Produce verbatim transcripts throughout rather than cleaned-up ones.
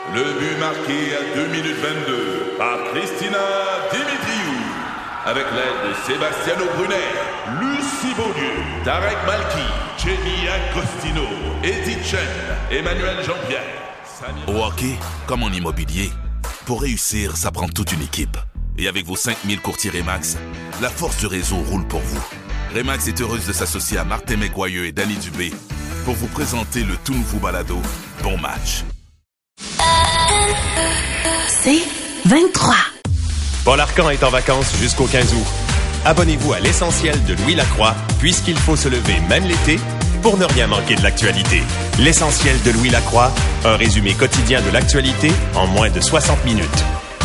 Le but marqué à deux minutes vingt-deux par Christina Dimitriou. Avec l'aide de Sebastiano Brunet, Lucie Beaulieu, Tarek Malki, Jenny Agostino, Eddie Chen, Emmanuel Jean-Pierre. Samir... Au hockey, comme en immobilier, pour réussir, ça prend toute une équipe. Et avec vos cinq mille courtiers Remax, la force du réseau roule pour vous. Remax est heureuse de s'associer à Martin McGuire et Danny Dubé pour vous présenter le tout nouveau balado Bon Match. C'est vingt-trois. Paul Arcand est en vacances jusqu'au quinze août. Abonnez-vous à l'essentiel de Louis Lacroix, puisqu'il faut se lever même l'été pour ne rien manquer de l'actualité. L'essentiel de Louis Lacroix, un résumé quotidien de l'actualité en moins de soixante minutes.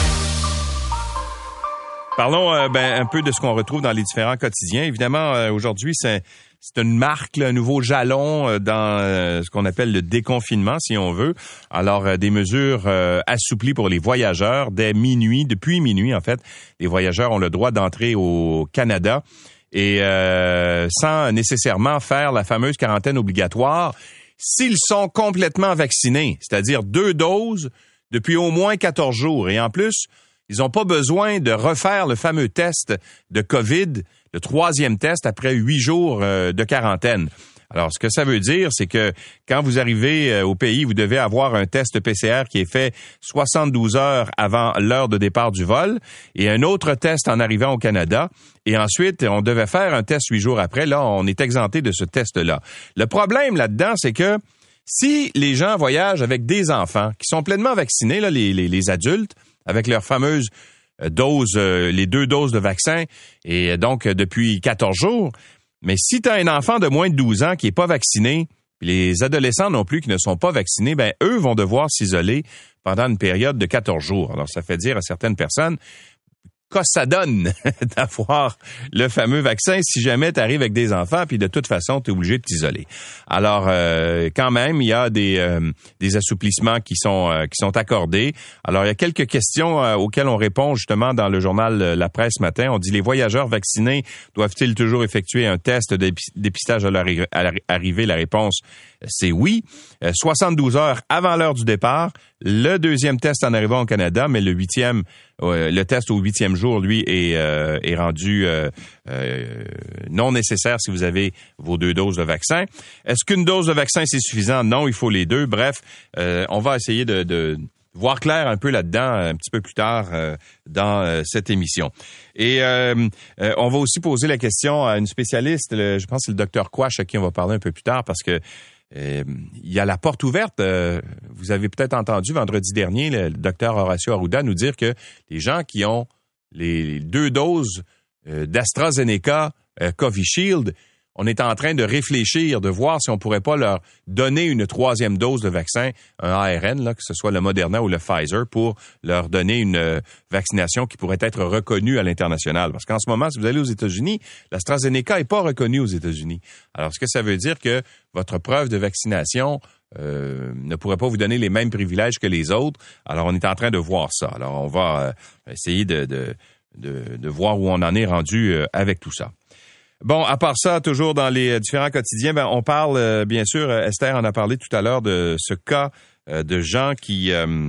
Parlons euh, ben, un peu de ce qu'on retrouve dans les différents quotidiens. Évidemment, euh, aujourd'hui, c'est, c'est une marque, là, un nouveau jalon euh, dans euh, ce qu'on appelle le déconfinement, si on veut. Alors, euh, des mesures euh, assouplies pour les voyageurs. Dès minuit, depuis minuit, en fait, les voyageurs ont le droit d'entrer au Canada et euh, sans nécessairement faire la fameuse quarantaine obligatoire s'ils sont complètement vaccinés, c'est-à-dire deux doses depuis au moins quatorze jours. Et en plus, ils n'ont pas besoin de refaire le fameux test de COVID, le troisième test après huit jours euh, de quarantaine. Alors, ce que ça veut dire, c'est que quand vous arrivez euh, au pays, vous devez avoir un test P C R qui est fait soixante-douze heures avant l'heure de départ du vol et un autre test en arrivant au Canada. Et ensuite, on devait faire un test huit jours après. Là, on est exempté de ce test-là. Le problème là-dedans, c'est que si les gens voyagent avec des enfants qui sont pleinement vaccinés, là, les, les, les adultes, avec leur fameuse dose, euh, les deux doses de vaccin, et donc euh, depuis quatorze jours. Mais si tu as un enfant de moins de douze ans qui est pas vacciné, puis les adolescents non plus qui ne sont pas vaccinés, ben eux vont devoir s'isoler pendant une période de quatorze jours. Alors ça fait dire à certaines personnes que ça donne d'avoir le fameux vaccin si jamais tu arrives avec des enfants, puis de toute façon, tu es obligé de t'isoler. Alors, euh, quand même, il y a des euh, des assouplissements qui sont euh, qui sont accordés. Alors, il y a quelques questions euh, auxquelles on répond justement dans le journal La Presse ce matin. On dit, les voyageurs vaccinés doivent-ils toujours effectuer un test de dépistage à leur arrivée? La réponse, c'est oui. Euh, soixante-douze heures avant l'heure du départ, le deuxième test en arrivant au Canada, mais le huitième, euh, le test au huitième jour, lui, est, euh, est rendu euh, euh, non nécessaire si vous avez vos deux doses de vaccin. Est-ce qu'une dose de vaccin, c'est suffisant? Non, il faut les deux. Bref, euh, on va essayer de, de voir clair un peu là-dedans un petit peu plus tard euh, dans euh, cette émission. Et euh, euh, on va aussi poser la question à une spécialiste, le, je pense que c'est le docteur Quash à qui on va parler un peu plus tard, parce que Euh, il y a la porte ouverte. Euh, vous avez peut-être entendu vendredi dernier le, le docteur Horacio Arruda nous dire que les gens qui ont les deux doses euh, d'AstraZeneca euh, Covishield, on est en train de réfléchir, de voir si on pourrait pas leur donner une troisième dose de vaccin, un A R N, là, que ce soit le Moderna ou le Pfizer, pour leur donner une euh, vaccination qui pourrait être reconnue à l'international. Parce qu'en ce moment, si vous allez aux États-Unis, l'AstraZeneca est pas reconnue aux États-Unis. Alors, est-ce que ça veut dire que votre preuve de vaccination euh, ne pourrait pas vous donner les mêmes privilèges que les autres? Alors, on est en train de voir ça. Alors, on va euh, essayer de, de, de, de voir où on en est rendu euh, avec tout ça. Bon, à part ça, toujours dans les différents quotidiens, ben on parle, euh, bien sûr, Esther en a parlé tout à l'heure de ce cas euh, de gens qui, euh,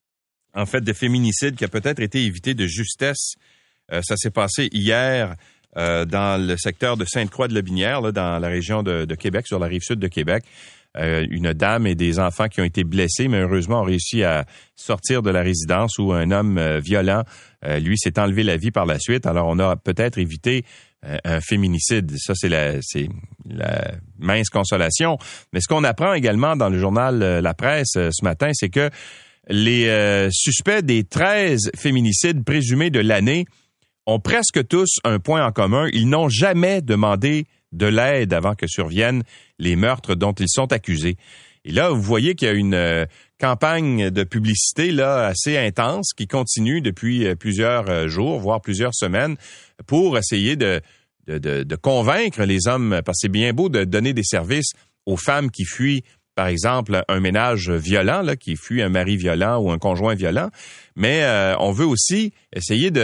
en fait, de féminicide qui a peut-être été évité de justesse. Euh, ça s'est passé hier euh, dans le secteur de Sainte-Croix-de-Lobinière, là, dans la région de, de Québec, sur la rive sud de Québec. Euh, une dame et des enfants qui ont été blessés, mais heureusement ont réussi à sortir de la résidence où un homme euh, violent, euh, lui, s'est enlevé la vie par la suite. Alors, on a peut-être évité euh, un féminicide. Ça, c'est la, c'est la mince consolation. Mais ce qu'on apprend également dans le journal euh, La Presse euh, ce matin, c'est que les euh, suspects des treize féminicides présumés de l'année ont presque tous un point en commun. Ils n'ont jamais demandé de l'aide avant que surviennent les meurtres dont ils sont accusés. Et là, vous voyez qu'il y a une euh, campagne de publicité là assez intense qui continue depuis euh, plusieurs euh, jours, voire plusieurs semaines, pour essayer de, de, de, de convaincre les hommes, parce que c'est bien beau de donner des services aux femmes qui fuient, par exemple, un ménage violent, là, qui fuit un mari violent ou un conjoint violent, mais euh, on veut aussi essayer de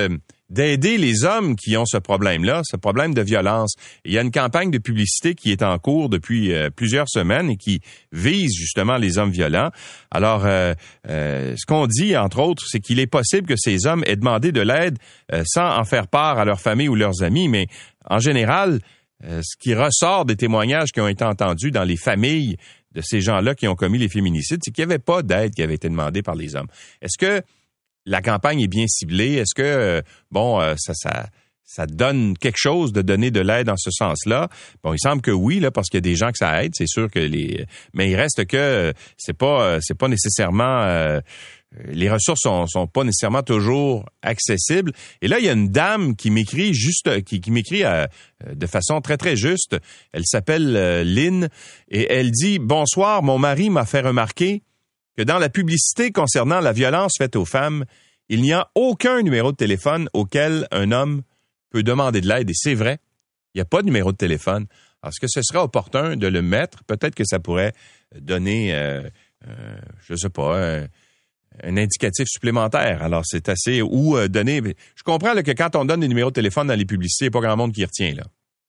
d'aider les hommes qui ont ce problème-là, ce problème de violence. Il y a une campagne de publicité qui est en cours depuis euh, plusieurs semaines et qui vise justement les hommes violents. Alors, euh, euh, ce qu'on dit, entre autres, c'est qu'il est possible que ces hommes aient demandé de l'aide euh, sans en faire part à leur famille ou leurs amis, mais en général, euh, ce qui ressort des témoignages qui ont été entendus dans les familles de ces gens-là qui ont commis les féminicides, c'est qu'il n'y avait pas d'aide qui avait été demandée par les hommes. Est-ce que la campagne est bien ciblée? Est-ce que, euh, bon, euh, ça, ça, ça donne quelque chose de donner de l'aide en ce sens-là? Bon, il semble que oui, là, parce qu'il y a des gens que ça aide, c'est sûr que les... Mais il reste que euh, c'est pas, euh, c'est pas nécessairement... Euh, les ressources sont, sont pas nécessairement toujours accessibles. Et là, il y a une dame qui m'écrit juste, qui, qui m'écrit euh, de façon très, très juste. Elle s'appelle euh, Lynn et elle dit « Bonsoir, mon mari m'a fait remarquer que dans la publicité concernant la violence faite aux femmes, il n'y a aucun numéro de téléphone auquel un homme peut demander de l'aide. » Et c'est vrai, il n'y a pas de numéro de téléphone. Alors, est-ce que ce serait opportun de le mettre? Peut-être que ça pourrait donner, euh, euh, je ne sais pas, un, un indicatif supplémentaire. Alors, c'est assez... Ou euh, donner... Je comprends là, que quand on donne des numéros de téléphone dans les publicités, il n'y a pas grand monde qui y retient, là.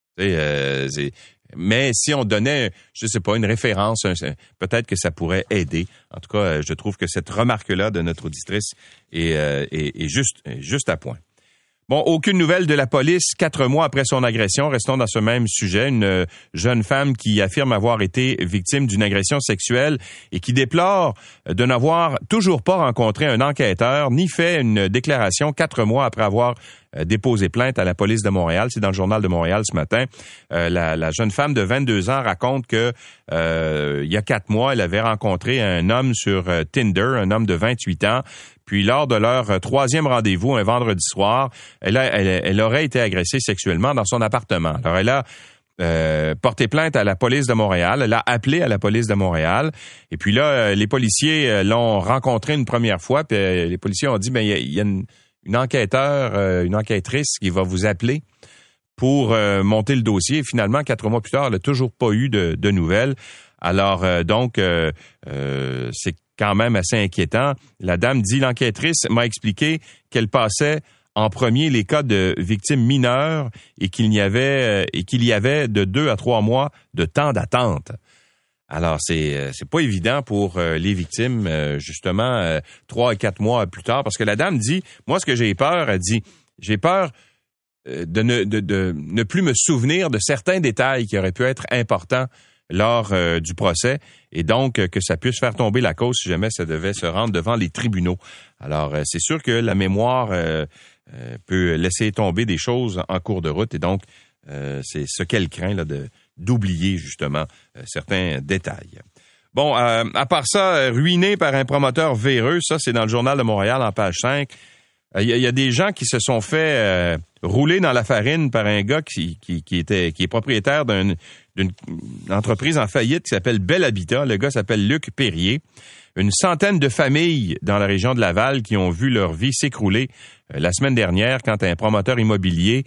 Euh, c'est, mais si on donnait, je sais pas, une référence, un, peut-être que ça pourrait aider. En tout cas, je trouve que cette remarque-là de notre auditrice est, euh, est, est juste, est juste à point. Bon, aucune nouvelle de la police quatre mois après son agression. Restons dans ce même sujet. Une jeune femme qui affirme avoir été victime d'une agression sexuelle et qui déplore de n'avoir toujours pas rencontré un enquêteur ni fait une déclaration quatre mois après avoir déposé plainte à la police de Montréal. C'est dans le Journal de Montréal ce matin. Euh, la, la jeune femme de vingt-deux ans raconte que euh, il y a quatre mois, elle avait rencontré un homme sur euh, Tinder, un homme de vingt-huit ans. Puis lors de leur euh, troisième rendez-vous, un vendredi soir, elle, a, elle, elle aurait été agressée sexuellement dans son appartement. Alors elle a Euh, porté plainte à la police de Montréal. Elle a appelé à la police de Montréal. Et puis là, euh, les policiers euh, l'ont rencontré une première fois. Puis euh, les policiers ont dit, ben il y a, y a une, une enquêteur, euh, une enquêtrice qui va vous appeler pour euh, monter le dossier. Et finalement, quatre mois plus tard, elle n'a toujours pas eu de, de nouvelles. Alors euh, donc, euh, euh, c'est quand même assez inquiétant. La dame dit, l'enquêtrice m'a expliqué qu'elle passait en premier les cas de victimes mineures et qu'il y avait et qu'il y avait de deux à trois mois de temps d'attente. Alors c'est c'est pas évident pour euh, les victimes euh, justement euh, trois à quatre mois plus tard, parce que la dame dit, moi ce que j'ai peur, elle dit, j'ai peur euh, de ne de, de ne plus me souvenir de certains détails qui auraient pu être importants lors euh, du procès, et donc euh, que ça puisse faire tomber la cause si jamais ça devait se rendre devant les tribunaux. Alors euh, c'est sûr que la mémoire euh, Euh, peut laisser tomber des choses en cours de route, et donc euh, c'est ce qu'elle craint là, de d'oublier justement euh, certains détails. Bon, euh, à part ça, ruiné par un promoteur véreux, ça c'est dans le Journal de Montréal en page cinq. Il euh, y, y a des gens qui se sont fait euh, rouler dans la farine par un gars qui qui, qui était qui est propriétaire d'un, d'une entreprise en faillite qui s'appelle Bel Habitat. Le gars s'appelle Luc Perrier. Une centaine de familles dans la région de Laval qui ont vu leur vie s'écrouler euh, la semaine dernière quand un promoteur immobilier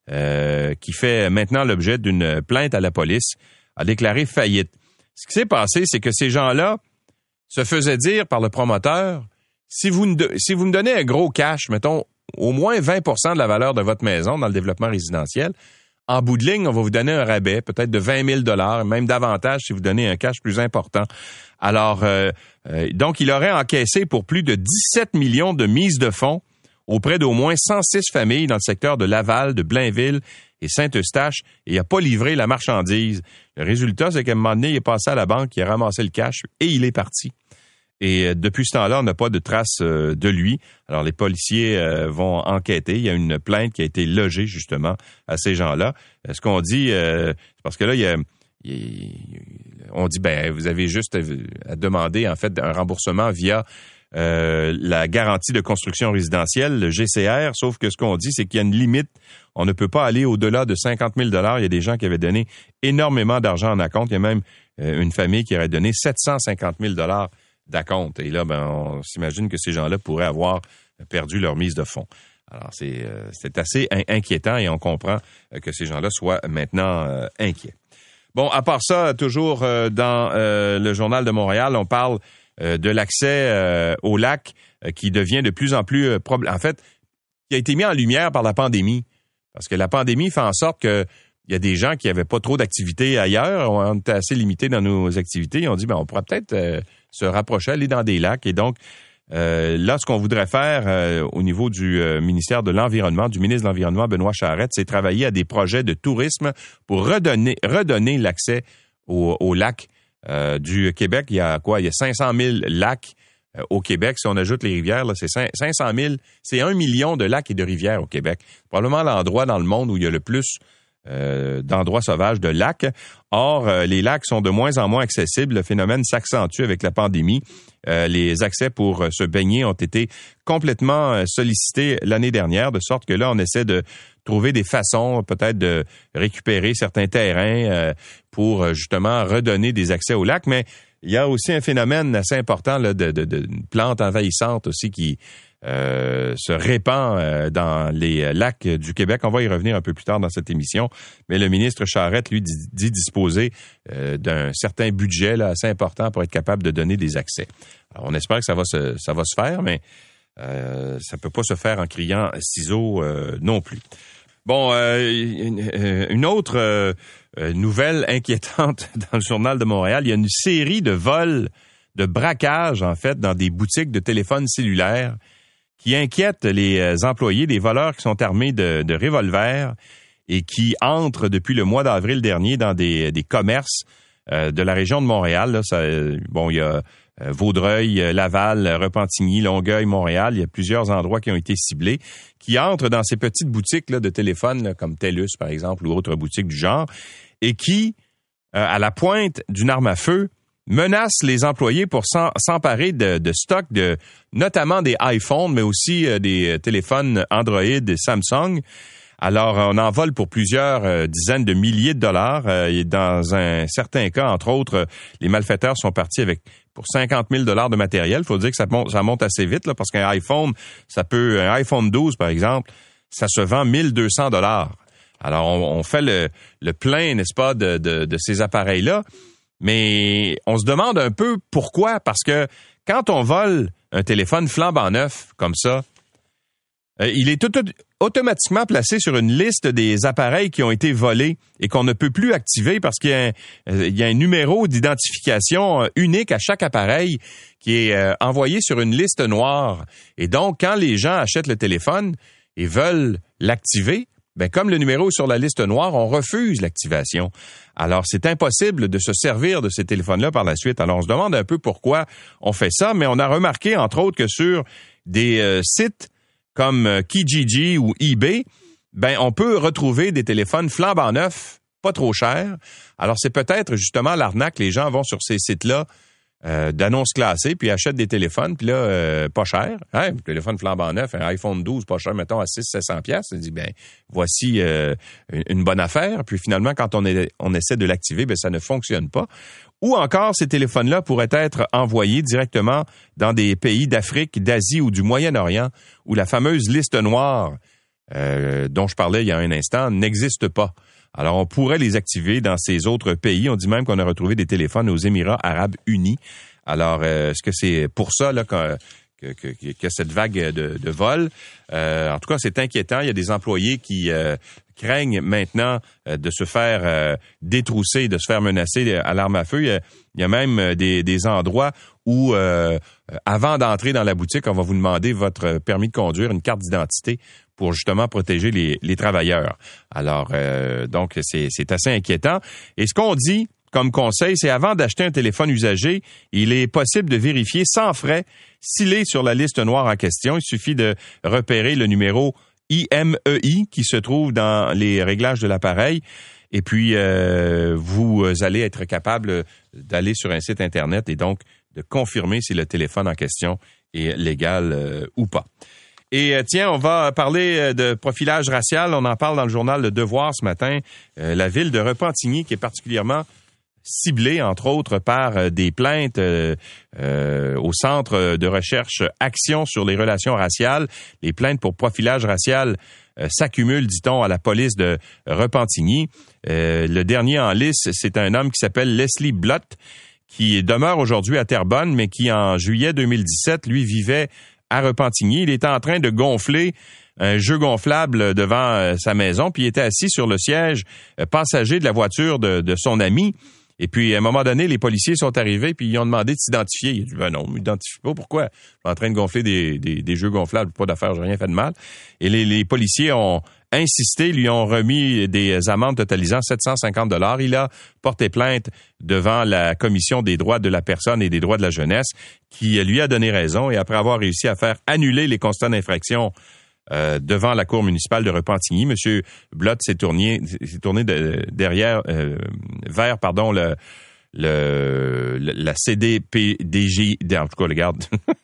euh, qui fait maintenant l'objet d'une plainte à la police a déclaré faillite. Ce qui s'est passé, c'est que ces gens-là se faisaient dire par le promoteur, si vous, ne, si vous me donnez un gros cash, mettons au moins vingt pour cent de la valeur de votre maison dans le développement résidentiel, en bout de ligne, on va vous donner un rabais, peut-être de vingt mille dollars, même davantage si vous donnez un cash plus important. Alors, euh, euh, donc, il aurait encaissé pour plus de dix-sept millions de mises de fonds auprès d'au moins cent six familles dans le secteur de Laval, de Blainville et Saint-Eustache, et il n'a pas livré la marchandise. Le résultat, c'est qu'à un moment donné, il est passé à la banque, il a ramassé le cash et il est parti. Et euh, depuis ce temps-là, on n'a pas de traces euh, de lui. Alors, les policiers euh, vont enquêter. Il y a une plainte qui a été logée, justement, à ces gens-là. Euh, ce qu'on dit, euh, parce que là, il y a... Il, on dit, ben, vous avez juste à demander, en fait, un remboursement via euh, la garantie de construction résidentielle, le G C R, sauf que ce qu'on dit, c'est qu'il y a une limite. On ne peut pas aller au-delà de cinquante mille dollars. Il y a des gens qui avaient donné énormément d'argent en acompte. Il y a même euh, une famille qui aurait donné sept cent cinquante mille dollars d'acompte. Et là, ben, on s'imagine que ces gens-là pourraient avoir perdu leur mise de fonds. Alors, c'est, euh, c'est assez in- inquiétant et on comprend euh, que ces gens-là soient maintenant euh, inquiets. Bon, à part ça, toujours euh, dans euh, le Journal de Montréal, on parle euh, de l'accès euh, au lac euh, qui devient de plus en plus euh, problème. En fait, qui a été mis en lumière par la pandémie. Parce que la pandémie fait en sorte que il y a des gens qui n'avaient pas trop d'activités ailleurs, on était assez limités dans nos activités. Ils ont dit, ben, on pourrait peut-être euh, se rapprocher, aller dans des lacs. Et donc, euh, là, ce qu'on voudrait faire euh, au niveau du euh, ministère de l'Environnement, du ministre de l'Environnement, Benoît Charette, c'est travailler à des projets de tourisme pour redonner, redonner l'accès aux au lacs euh, du Québec. Il y a quoi? Il y a cinq cent mille lacs euh, au Québec. Si on ajoute les rivières, là, c'est cinq cent mille. C'est un million de lacs et de rivières au Québec. Probablement l'endroit dans le monde où il y a le plus Euh, d'endroits sauvages, de lacs. Or, euh, les lacs sont de moins en moins accessibles. Le phénomène s'accentue avec la pandémie. Euh, les accès pour euh, se baigner ont été complètement euh, sollicités l'année dernière, de sorte que là, on essaie de trouver des façons peut-être de récupérer certains terrains euh, pour euh, justement redonner des accès aux lacs. Mais il y a aussi un phénomène assez important là, de, de, de, de plantes envahissantes aussi qui Euh, se répand euh, dans les lacs du Québec. On va y revenir un peu plus tard dans cette émission. Mais le ministre Charette, lui, dit, dit disposer euh, d'un certain budget là, assez important pour être capable de donner des accès. Alors, on espère que ça va se, ça va se faire, mais euh, ça peut pas se faire en criant ciseaux euh, non plus. Bon, euh, une, une autre euh, nouvelle inquiétante dans le Journal de Montréal, il y a une série de vols, de braquages, en fait, dans des boutiques de téléphones cellulaires qui inquiètent les employés, des voleurs qui sont armés de, de revolvers et qui entrent depuis le mois d'avril dernier dans des, des commerces euh, de la région de Montréal. Là, ça, bon, il y a euh, Vaudreuil, Laval, Repentigny, Longueuil, Montréal. Il y a plusieurs endroits qui ont été ciblés, qui entrent dans ces petites boutiques là, de téléphones, là, comme TELUS, par exemple, ou autres boutiques du genre, et qui, euh, à la pointe d'une arme à feu, menace les employés pour s'emparer de, de stock, de, notamment des iPhones, mais aussi euh, des téléphones Android et Samsung. Alors, on en vole pour plusieurs euh, dizaines de milliers de dollars. Euh, et dans un certain cas, entre autres, euh, les malfaiteurs sont partis avec pour cinquante mille dollars de matériel. Il faut dire que ça monte, ça monte assez vite, là, parce qu'un iPhone, ça peut, un iPhone douze, par exemple, ça se vend mille deux cents dollars. Alors, on, on fait le, le plein, n'est-ce pas, de, de, de ces appareils-là. Mais on se demande un peu pourquoi, parce que quand on vole un téléphone flambant neuf comme ça, euh, il est tout, automatiquement placé sur une liste des appareils qui ont été volés et qu'on ne peut plus activer parce qu'il y a un, euh, il y a un numéro d'identification unique à chaque appareil qui est euh, envoyé sur une liste noire. Et donc, quand les gens achètent le téléphone et veulent l'activer, ben comme le numéro est sur la liste noire, on refuse l'activation. Alors, c'est impossible de se servir de ces téléphones-là par la suite. Alors, on se demande un peu pourquoi on fait ça, mais on a remarqué, entre autres, que sur des euh, sites comme euh, Kijiji ou eBay, ben on peut retrouver des téléphones flambant neufs, pas trop chers. Alors, c'est peut-être justement l'arnaque. Les gens vont sur ces sites-là Euh, d'annonces classées, puis achètent des téléphones, puis là, euh, pas cher. Hein? Un téléphone flambant neuf, un iPhone douze, pas cher, mettons, à six cents à sept cents piastres. On dit, ben, voici euh, une bonne affaire. Puis finalement, quand on, est, on essaie de l'activer, ben, ça ne fonctionne pas. Ou encore, ces téléphones-là pourraient être envoyés directement dans des pays d'Afrique, d'Asie ou du Moyen-Orient, où la fameuse liste noire euh, dont je parlais il y a un instant n'existe pas. Alors, on pourrait les activer dans ces autres pays. On dit même qu'on a retrouvé des téléphones aux Émirats arabes unis. Alors, euh, est-ce que c'est pour ça là que, que, que, que cette vague de, de vol? Euh, en tout cas, c'est inquiétant. Il y a des employés qui euh, craignent maintenant euh, de se faire euh, détrousser, de se faire menacer à l'arme à feu. Il y a, il y a même des, des endroits où, euh, avant d'entrer dans la boutique, on va vous demander votre permis de conduire, une carte d'identité, pour justement protéger les, les travailleurs. Alors, euh, donc, c'est, c'est assez inquiétant. Et ce qu'on dit comme conseil, c'est avant d'acheter un téléphone usagé, il est possible de vérifier sans frais s'il est sur la liste noire en question. Il suffit de repérer le numéro I M E I qui se trouve dans les réglages de l'appareil. Et puis, euh, vous allez être capable d'aller sur un site Internet et donc de confirmer si le téléphone en question est légal euh, ou pas. Et tiens, on va parler de profilage racial. On en parle dans le journal Le Devoir ce matin. Euh, la ville de Repentigny qui est particulièrement ciblée, entre autres, par euh, des plaintes euh, euh, au Centre de recherche Action sur les relations raciales. Les plaintes pour profilage racial euh, s'accumulent, dit-on, à la police de Repentigny. Euh, le dernier en lice, c'est un homme qui s'appelle Leslie Blott, qui demeure aujourd'hui à Terrebonne, mais qui, en juillet deux mille dix-sept, lui, vivait à Repentigny. Il est en train de gonfler un jeu gonflable devant euh, sa maison, puis il était assis sur le siège euh, passager de la voiture de, de son ami. Et puis, à un moment donné, les policiers sont arrivés puis ils ont demandé de s'identifier. Il a dit, ben non, m'identifie pas. Pourquoi? Je suis en train de gonfler des, des, des jeux gonflables, pas d'affaires, j'ai rien fait de mal. Et les, les policiers ont insisté, lui ont remis des amendes totalisant sept cent cinquante dollars. Il a porté plainte devant la Commission des droits de la personne et des droits de la jeunesse qui lui a donné raison. Et après avoir réussi à faire annuler les constats d'infraction Euh, devant la cour municipale de Repentigny, M. Blott s'est tourné, s'est tourné de, derrière, euh, vers, pardon, le, le, la C D P D J, en tout cas, regarde,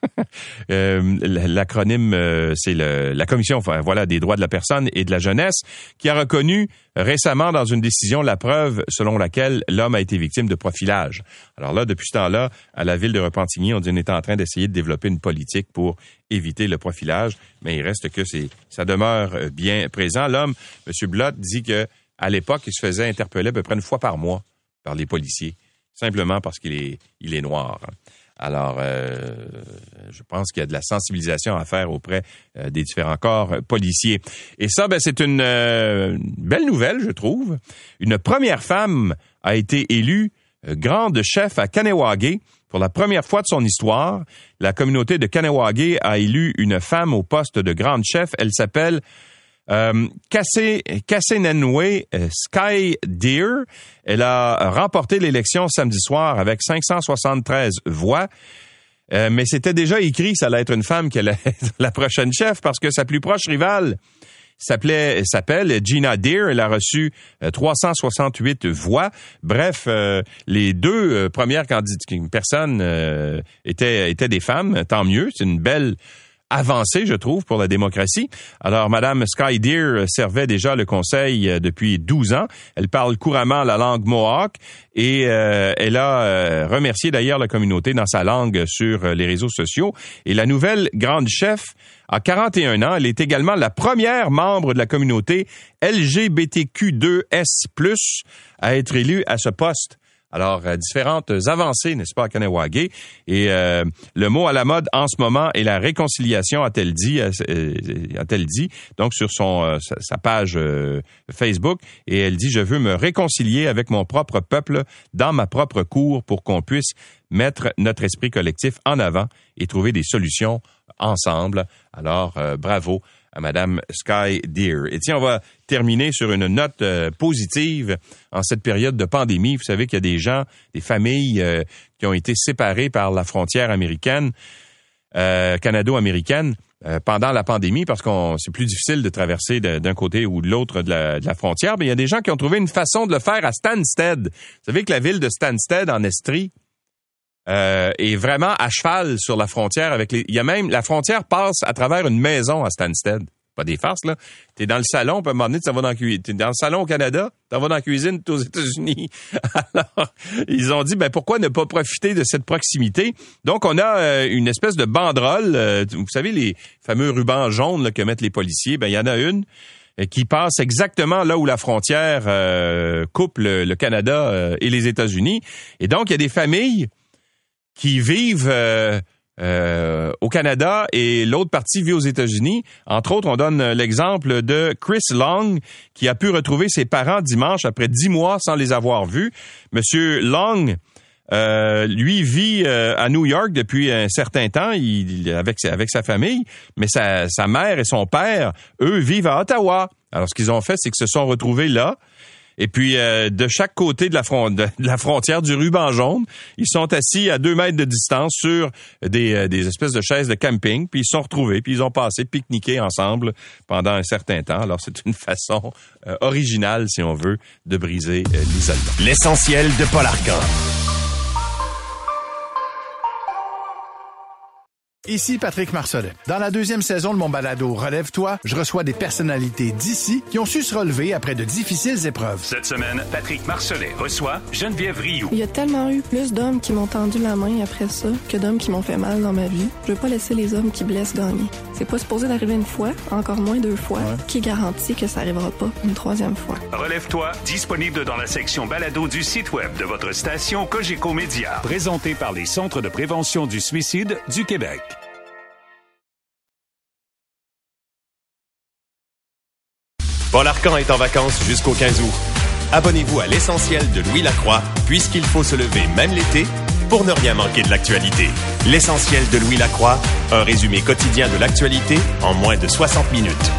euh, l'acronyme, euh, c'est le, la Commission, enfin, voilà, des droits de la personne et de la jeunesse, qui a reconnu récemment dans une décision la preuve selon laquelle l'homme a été victime de profilage. Alors là, depuis ce temps-là, à la ville de Repentigny, on dit qu'on est en train d'essayer de développer une politique pour éviter le profilage, mais il reste que c'est, ça demeure bien présent. L'homme, M. Blott, dit que à l'époque, il se faisait interpeller à peu près une fois par mois par les policiers, simplement parce qu'il est, il est noir. Alors, euh, je pense qu'il y a de la sensibilisation à faire auprès euh, des différents corps policiers. Et ça, ben, c'est une, euh, une belle nouvelle, je trouve. Une première femme a été élue euh, grande chef à Kahnawake. Pour la première fois de son histoire, la communauté de Kahnawake a élu une femme au poste de grande chef. Elle s'appelle euh, Kasenenwe Sky Deer. Elle a remporté l'élection samedi soir avec cinq cent soixante-treize voix. Euh, mais c'était déjà écrit, ça allait être une femme qui allait être la prochaine chef parce que sa plus proche rivale s'appelait s'appelle Gina Deer. Elle a reçu euh, trois cent soixante-huit voix. Bref, euh, les deux euh, premières candidates, personnes euh, étaient étaient des femmes. Tant mieux, c'est une belle avancée, je trouve, pour la démocratie. Alors, Madame Sky Deer servait déjà le conseil euh, depuis douze ans. Elle parle couramment la langue Mohawk et euh, elle a euh, remercié d'ailleurs la communauté dans sa langue sur euh, les réseaux sociaux. Et la nouvelle grande chef a quarante et un ans. Elle est également la première membre de la communauté L G B T Q deux S plus, à être élue à ce poste. Alors, euh, différentes avancées, n'est-ce pas, à Kahnawake. Et euh, le mot à la mode en ce moment est la réconciliation, a-t-elle dit, euh, a-t-elle dit, donc sur son euh, sa, sa page euh, Facebook. Et elle dit, je veux me réconcilier avec mon propre peuple dans ma propre cour pour qu'on puisse mettre notre esprit collectif en avant et trouver des solutions ensemble. Alors, euh, bravo à Madame Sky Deer. Et tiens, on va terminer sur une note euh, positive en cette période de pandémie. Vous savez qu'il y a des gens, des familles euh, qui ont été séparées par la frontière américaine, euh, canado-américaine, euh, pendant la pandémie parce qu'on c'est plus difficile de traverser de, d'un côté ou de l'autre de la, de la frontière. Mais il y a des gens qui ont trouvé une façon de le faire à Stansted. Vous savez que la ville de Stansted, en Estrie, Euh, est vraiment à cheval sur la frontière avec les... Il y a même... La frontière passe à travers une maison à Stansted. Pas des farces, là. T'es dans le salon, puis à un moment donné, tu vas dans la cuisine. T'es dans le salon au Canada, t'en vas dans la cuisine, t'es aux États-Unis. Alors, ils ont dit, ben pourquoi ne pas profiter de cette proximité? Donc, on a euh, une espèce de banderole. Euh, vous savez, les fameux rubans jaunes là, que mettent les policiers, ben il y en a une qui passe exactement là où la frontière euh, coupe le, le Canada euh, et les États-Unis. Et donc, il y a des familles qui vivent euh, euh, au Canada et l'autre partie vit aux États-Unis. Entre autres, on donne l'exemple de Chris Long qui a pu retrouver ses parents dimanche après dix mois sans les avoir vus. Monsieur Long, euh, lui, vit euh, à New York depuis un certain temps il, avec, avec sa famille, mais sa, sa mère et son père, eux, vivent à Ottawa. Alors, ce qu'ils ont fait, c'est qu'ils se sont retrouvés là. Et puis, euh, de chaque côté de la, front, de la frontière du ruban jaune, ils sont assis à deux mètres de distance sur des, euh, des espèces de chaises de camping, puis ils se sont retrouvés, puis ils ont passé pique-niquer ensemble pendant un certain temps. Alors, c'est une façon euh, originale, si on veut, de briser euh, l'isolement. L'essentiel de Paul Arcand. Ici Patrick Marcelet. Dans la deuxième saison de mon balado Relève-toi, je reçois des personnalités d'ici qui ont su se relever après de difficiles épreuves. Cette semaine, Patrick Marcelet reçoit Geneviève Rioux. Il y a tellement eu plus d'hommes qui m'ont tendu la main après ça que d'hommes qui m'ont fait mal dans ma vie. Je veux pas laisser les hommes qui blessent gagner. C'est pas supposé d'arriver une fois, encore moins deux fois. Ouais. Qui garantit que ça arrivera pas une troisième fois? Relève-toi, disponible dans la section balado du site web de votre station Cogeco Média. Présenté par les Centres de prévention du suicide du Québec. Paul Arcan est en vacances jusqu'au quinze août. Abonnez-vous à l'essentiel de Louis Lacroix, puisqu'il faut se lever même l'été pour ne rien manquer de l'actualité. L'essentiel de Louis Lacroix, un résumé quotidien de l'actualité en moins de soixante minutes.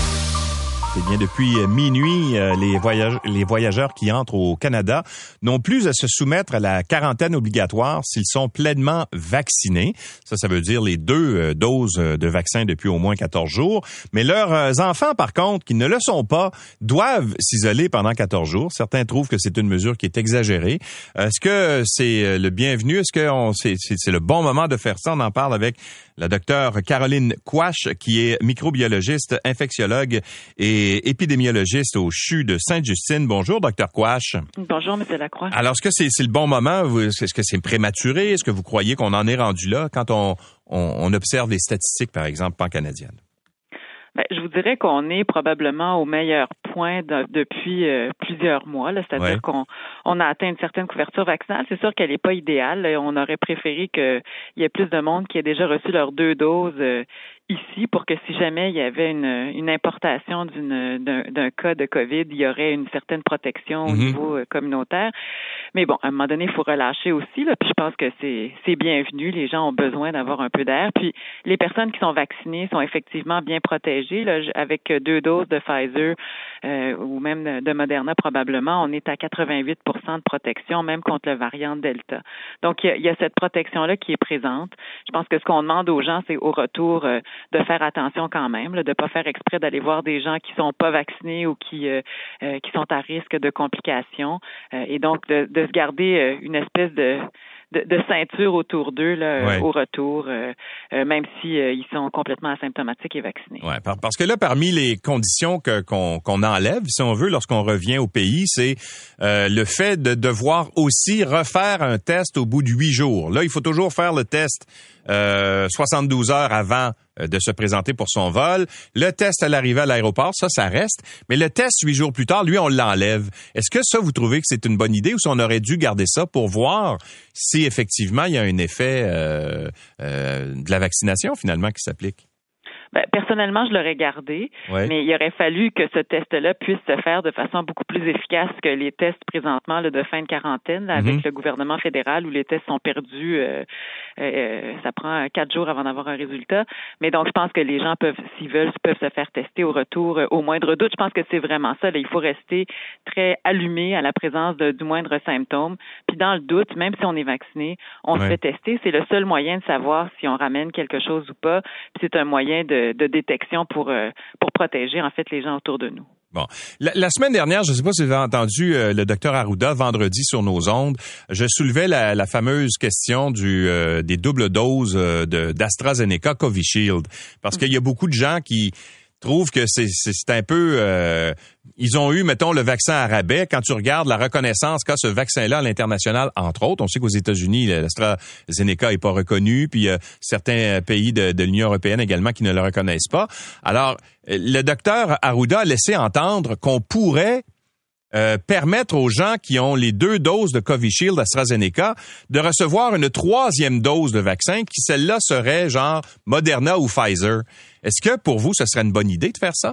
Eh bien, depuis minuit, les, voyage- les voyageurs qui entrent au Canada n'ont plus à se soumettre à la quarantaine obligatoire s'ils sont pleinement vaccinés. Ça, ça veut dire les deux doses de vaccin depuis au moins quatorze jours. Mais leurs enfants, par contre, qui ne le sont pas, doivent s'isoler pendant quatorze jours. Certains trouvent que c'est une mesure qui est exagérée. Est-ce que c'est le bienvenu? Est-ce que on, c'est, c'est, c'est le bon moment de faire ça? On en parle avec la docteure Caroline Quach, qui est microbiologiste, infectiologue et épidémiologiste au C H U de Sainte-Justine. Bonjour, docteur Quach. Bonjour, M. Lacroix. Alors, est-ce que c'est, c'est le bon moment? Est-ce que c'est prématuré? Est-ce que vous croyez qu'on en est rendu là quand on, on, on observe les statistiques, par exemple, pan-canadiennes? Ben, je vous dirais qu'on est probablement au meilleur point de, depuis euh, plusieurs mois. Là, c'est-à-dire ouais. qu'on on a atteint une certaine couverture vaccinale. C'est sûr qu'elle n'est pas idéale. On aurait préféré qu'il y ait plus de monde qui ait déjà reçu leurs deux doses euh, ici pour que si jamais il y avait une, une importation d'une, d'un, d'un cas de COVID, il y aurait une certaine protection au mm-hmm. niveau euh, communautaire. Mais bon, à un moment donné, il faut relâcher aussi. Là, puis je pense que c'est, c'est bienvenu. Les gens ont besoin d'avoir un peu d'air. Puis les personnes qui sont vaccinées sont effectivement bien protégées. Là, avec deux doses de Pfizer euh, ou même de Moderna probablement, on est à quatre-vingt-huit pour cent de protection, même contre le variant Delta. Donc, il y a, il y a cette protection-là qui est présente. Je pense que ce qu'on demande aux gens, c'est au retour euh, de faire attention quand même, là, de ne pas faire exprès d'aller voir des gens qui sont pas vaccinés ou qui euh, euh, qui sont à risque de complications. Euh, et donc, de, de se garder euh, une espèce de De, de ceinture autour d'eux là, ouais. au retour, euh, euh, même si euh, ils sont complètement asymptomatiques et vaccinés. Ouais, parce que là, parmi les conditions que, qu'on, qu'on enlève, si on veut, lorsqu'on revient au pays, c'est euh, le fait de devoir aussi refaire un test au bout de huit jours. Là, il faut toujours faire le test euh, soixante-douze heures avant de se présenter pour son vol. Le test à l'arrivée à l'aéroport, ça, ça reste. Mais le test huit jours plus tard, lui, on l'enlève. Est-ce que ça, vous trouvez que c'est une bonne idée ou si on aurait dû garder ça pour voir si effectivement il y a un effet euh, euh, de la vaccination finalement qui s'applique? Ben, personnellement, je l'aurais gardé, ouais. mais il aurait fallu que ce test-là puisse se faire de façon beaucoup plus efficace que les tests présentement là, de fin de quarantaine là, avec mm-hmm. le gouvernement fédéral où les tests sont perdus. Euh, euh, ça prend quatre jours avant d'avoir un résultat. Mais donc, je pense que les gens peuvent, s'ils veulent, peuvent se faire tester au retour euh, au moindre doute. Je pense que c'est vraiment ça. Là. Il faut rester très allumé à la présence de, du moindre symptôme. Puis dans le doute, même si on est vacciné, on ouais. se fait tester. C'est le seul moyen de savoir si on ramène quelque chose ou pas. Puis c'est un moyen de de détection pour euh, pour protéger en fait les gens autour de nous. Bon, la, la semaine dernière, je ne sais pas si vous avez entendu euh, le docteur Arruda vendredi sur nos ondes, je soulevais la, la fameuse question du euh, des doubles doses euh, de d'AstraZeneca Covishield parce qu'il y a beaucoup de gens qui trouvent que c'est c'est, c'est un peu euh, ils ont eu, mettons, le vaccin à rabais. Quand tu regardes la reconnaissance qu'a ce vaccin-là à l'international, entre autres, on sait qu'aux États-Unis, l'AstraZeneca est pas reconnu, puis euh, certains pays de, de l'Union européenne également qui ne le reconnaissent pas. Alors, le docteur Arruda a laissé entendre qu'on pourrait euh, permettre aux gens qui ont les deux doses de Covishield AstraZeneca de recevoir une troisième dose de vaccin qui, celle-là, serait genre Moderna ou Pfizer. Est-ce que, pour vous, ce serait une bonne idée de faire ça?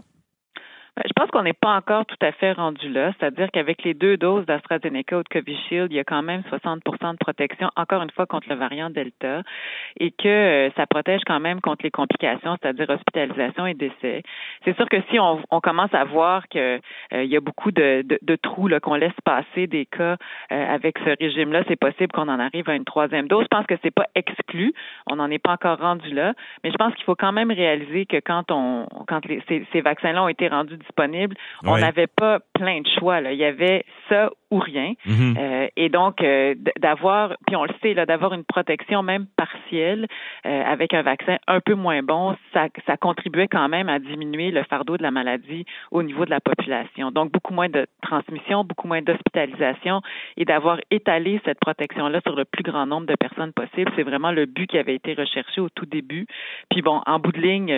Je pense qu'on n'est pas encore tout à fait rendu là, c'est-à-dire qu'avec les deux doses d'AstraZeneca ou de Covishield, il y a quand même soixante pour cent de protection, encore une fois, contre le variant Delta, et que euh, ça protège quand même contre les complications, c'est-à-dire hospitalisation et décès. C'est sûr que si on, on commence à voir que euh, il y a beaucoup de, de, de trous là, qu'on laisse passer des cas euh, avec ce régime-là, c'est possible qu'on en arrive à une troisième dose. Je pense que c'est pas exclu, on n'en est pas encore rendu là, mais je pense qu'il faut quand même réaliser que quand on, quand les, ces, ces vaccins-là ont été rendus disponible, on n'avait pas plein de choix. Là. Il y avait ça ou rien. Mm-hmm. Euh, et donc, euh, d'avoir, puis on le sait, là, d'avoir une protection même partielle euh, avec un vaccin un peu moins bon, ça, ça contribuait quand même à diminuer le fardeau de la maladie au niveau de la population. Donc, beaucoup moins de transmission, beaucoup moins d'hospitalisation et d'avoir étalé cette protection-là sur le plus grand nombre de personnes possible, c'est vraiment le but qui avait été recherché au tout début. Puis bon, en bout de ligne, euh,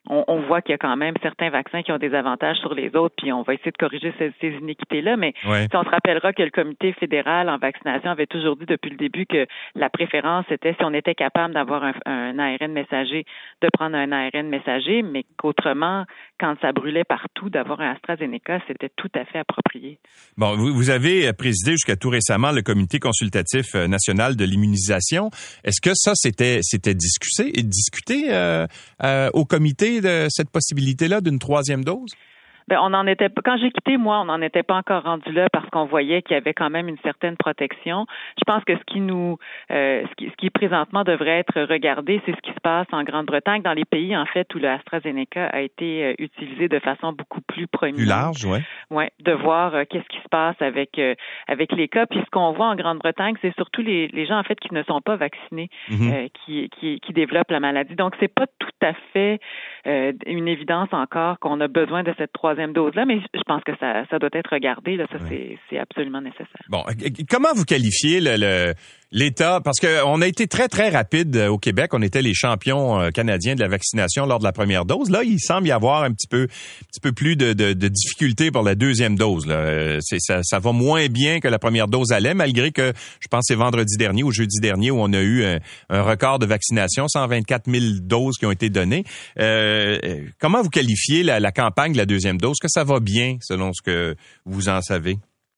on, on voit qu'il y a quand même certains vaccins qui ont des avantages sur les autres, puis on va essayer de corriger ces, ces inéquités-là. Mais ouais. si on se rappellera que le comité fédéral en vaccination avait toujours dit depuis le début que la préférence était, si on était capable d'avoir un, un A R N messager, de prendre un A R N messager, mais qu'autrement, quand ça brûlait partout, d'avoir un AstraZeneca, c'était tout à fait approprié. Bon, vous, vous avez présidé jusqu'à tout récemment le comité consultatif national de l'immunisation. Est-ce que ça, c'était, c'était discuté, discuté euh, euh, au comité de cette possibilité-là d'une troisième dose? Ben, on en était quand j'ai quitté, moi, on n'en était pas encore rendu là parce qu'on voyait qu'il y avait quand même une certaine protection. Je pense que ce qui nous, euh, ce qui, ce qui présentement devrait être regardé, c'est ce qui se passe en Grande-Bretagne, dans les pays, en fait, où le AstraZeneca a été euh, utilisé de façon beaucoup plus proéminente. Plus large, ouais. Ouais, de voir euh, qu'est-ce qui se passe avec euh, avec les cas. Puis ce qu'on voit en Grande-Bretagne, c'est surtout les, les gens, en fait, qui ne sont pas vaccinés, mm-hmm. euh, qui, qui, qui développent la maladie. Donc, c'est pas tout à fait euh, une évidence encore qu'on a besoin de cette troisième dose-là, mais je pense que ça, ça doit être regardé. Là, ça, ouais. c'est, c'est absolument nécessaire. Bon, comment vous qualifiez le, le, l'État? Parce qu'on a été très, très rapide au Québec. On était les champions canadiens de la vaccination lors de la première dose. Là, il semble y avoir un petit peu, un petit peu plus de, de, de difficultés pour la deuxième dose. Là. C'est, ça, ça va moins bien que la première dose allait, malgré que, je pense, c'est vendredi dernier ou jeudi dernier où on a eu un, un record de vaccination, cent vingt-quatre mille doses qui ont été données. Euh, comment vous qualifiez la, la campagne de la deuxième dose? Est-ce que ça va bien, selon ce que vous en savez?